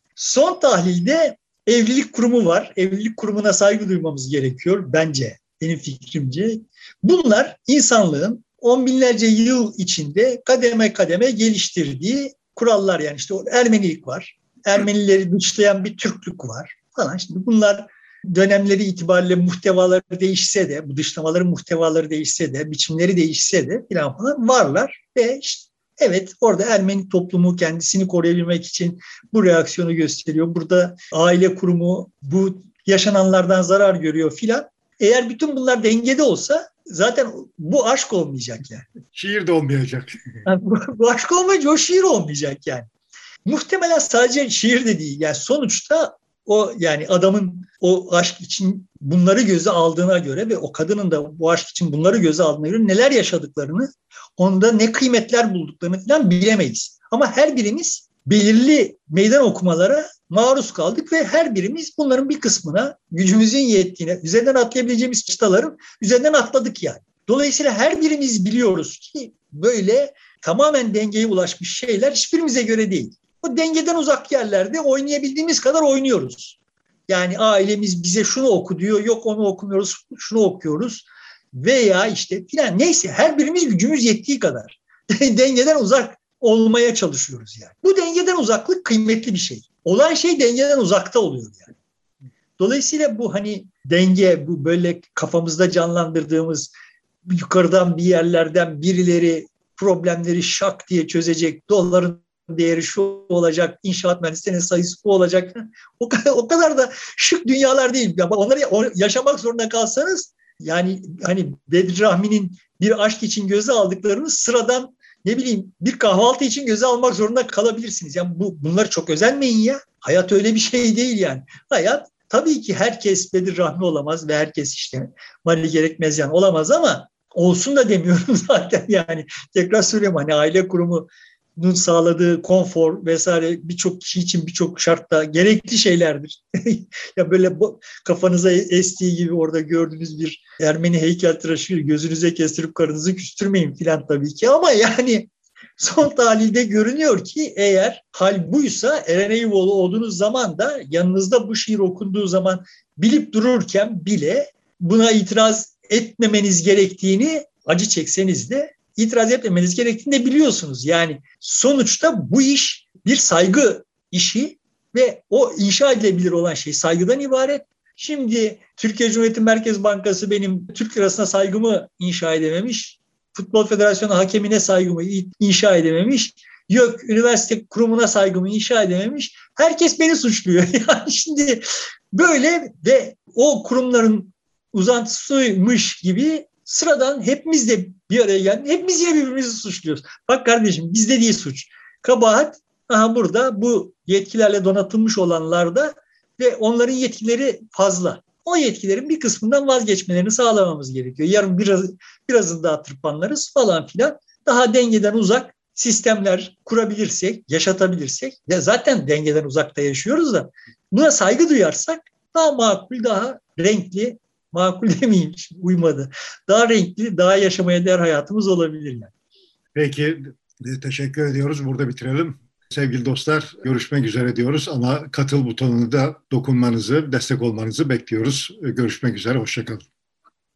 Son tahlilde evlilik kurumu var. Evlilik kurumuna saygı duymamız gerekiyor bence, benim fikrimce. Bunlar insanlığın on binlerce yıl içinde kademe kademe geliştirdiği kurallar yani işte Ermenilik var. Ermenileri dışlayan bir Türklük var falan. Şimdi bunlar dönemleri itibariyle muhtevaları değişse de, bu dışlamaların muhtevaları değişse de, biçimleri değişse de falan varlar ve işte evet orada Ermeni toplumu kendisini koruyabilmek için bu reaksiyonu gösteriyor. Burada aile kurumu bu yaşananlardan zarar görüyor filan. Eğer bütün bunlar dengede olsa zaten bu aşk olmayacak yani. Şiir de olmayacak. Yani bu aşk olmayınca o şiir olmayacak yani. Muhtemelen sadece şiir de değil. Yani sonuçta o yani adamın o aşk için bunları göze aldığına göre ve o kadının da bu aşk için bunları göze aldığına göre neler yaşadıklarını, onda ne kıymetler bulduklarını falan bilemeyiz. Ama her birimiz belirli meydan okumalara maruz kaldık ve her birimiz bunların bir kısmına gücümüzün yettiğine, üzerinden atlayabileceğimiz çıtaların üzerinden atladık yani. Dolayısıyla her birimiz biliyoruz ki böyle tamamen dengeye ulaşmış şeyler hiçbirimize göre değil. O dengeden uzak yerlerde oynayabildiğimiz kadar oynuyoruz. Yani ailemiz bize şunu oku diyor, yok onu okumuyoruz, şunu okuyoruz. Veya işte filan neyse her birimiz gücümüz yettiği kadar dengeden uzak olmaya çalışıyoruz yani. Bu dengeden uzaklık kıymetli bir şey. Olan şey dengeden uzakta oluyor yani. Dolayısıyla bu hani denge, bu böyle kafamızda canlandırdığımız yukarıdan bir yerlerden birileri problemleri şak diye çözecek, doların değeri şu olacak, inşaat mühendislerinin sayısı bu olacak. O kadar da şık dünyalar değil. Onları yaşamak zorunda kalsanız yani hani Bedir Rahmi'nin bir aşk için göze aldıklarını sıradan ne bileyim bir kahvaltı için göze almak zorunda kalabilirsiniz. Yani bunları çok özenmeyin ya. Hayat öyle bir şey değil yani. Hayat tabii ki herkes Bedir Rahmi olamaz ve herkes işte Mari Gerekmezyan olamaz ama olsun da demiyorum zaten yani. Tekrar söylüyorum hani aile kurumu sağladığı konfor vesaire birçok kişi için birçok şartta gerekli şeylerdir. Ya böyle kafanıza estiği gibi orada gördüğünüz bir Ermeni heykeltıraşı gözünüze kestirip karınızı küstürmeyin filan tabii ki, ama yani son tahlilde görünüyor ki eğer hal buysa Eren Eyüboğlu olduğunuz zaman da yanınızda bu şiir okunduğu zaman bilip dururken bile buna itiraz etmemeniz gerektiğini, acı çekseniz de itiraz etmemeniz gerektiğini de biliyorsunuz. Yani sonuçta bu iş bir saygı işi ve o inşa edilebilir olan şey saygıdan ibaret. Şimdi Türkiye Cumhuriyeti Merkez Bankası benim Türk lirasına saygımı inşa edememiş. Futbol Federasyonu hakemine saygımı inşa edememiş. Yok, üniversite kurumuna saygımı inşa edememiş. Herkes beni suçluyor. Yani şimdi böyle ve o kurumların uzantısıymış gibi sıradan hepimiz de bir araya geldik. Hepimiz yine birbirimizi suçluyoruz. Bak kardeşim, bizde değil suç. Kabahat burada bu yetkilerle donatılmış olanlarda ve onların yetkileri fazla. O yetkilerin bir kısmından vazgeçmelerini sağlamamız gerekiyor. Yarın birazını daha tırpanlarız falan filan. Daha dengeden uzak sistemler kurabilirsek, yaşatabilirsek, ya zaten dengeden uzakta yaşıyoruz da buna saygı duyarsak daha makul, daha renkli, makul demeyeyim, uymadı. Daha renkli, daha yaşamaya değer hayatımız olabilir yani. Peki, teşekkür ediyoruz. Burada bitirelim. Sevgili dostlar, görüşmek üzere diyoruz ama katıl butonunu da dokunmanızı, destek olmanızı bekliyoruz. Görüşmek üzere, hoşça kalın.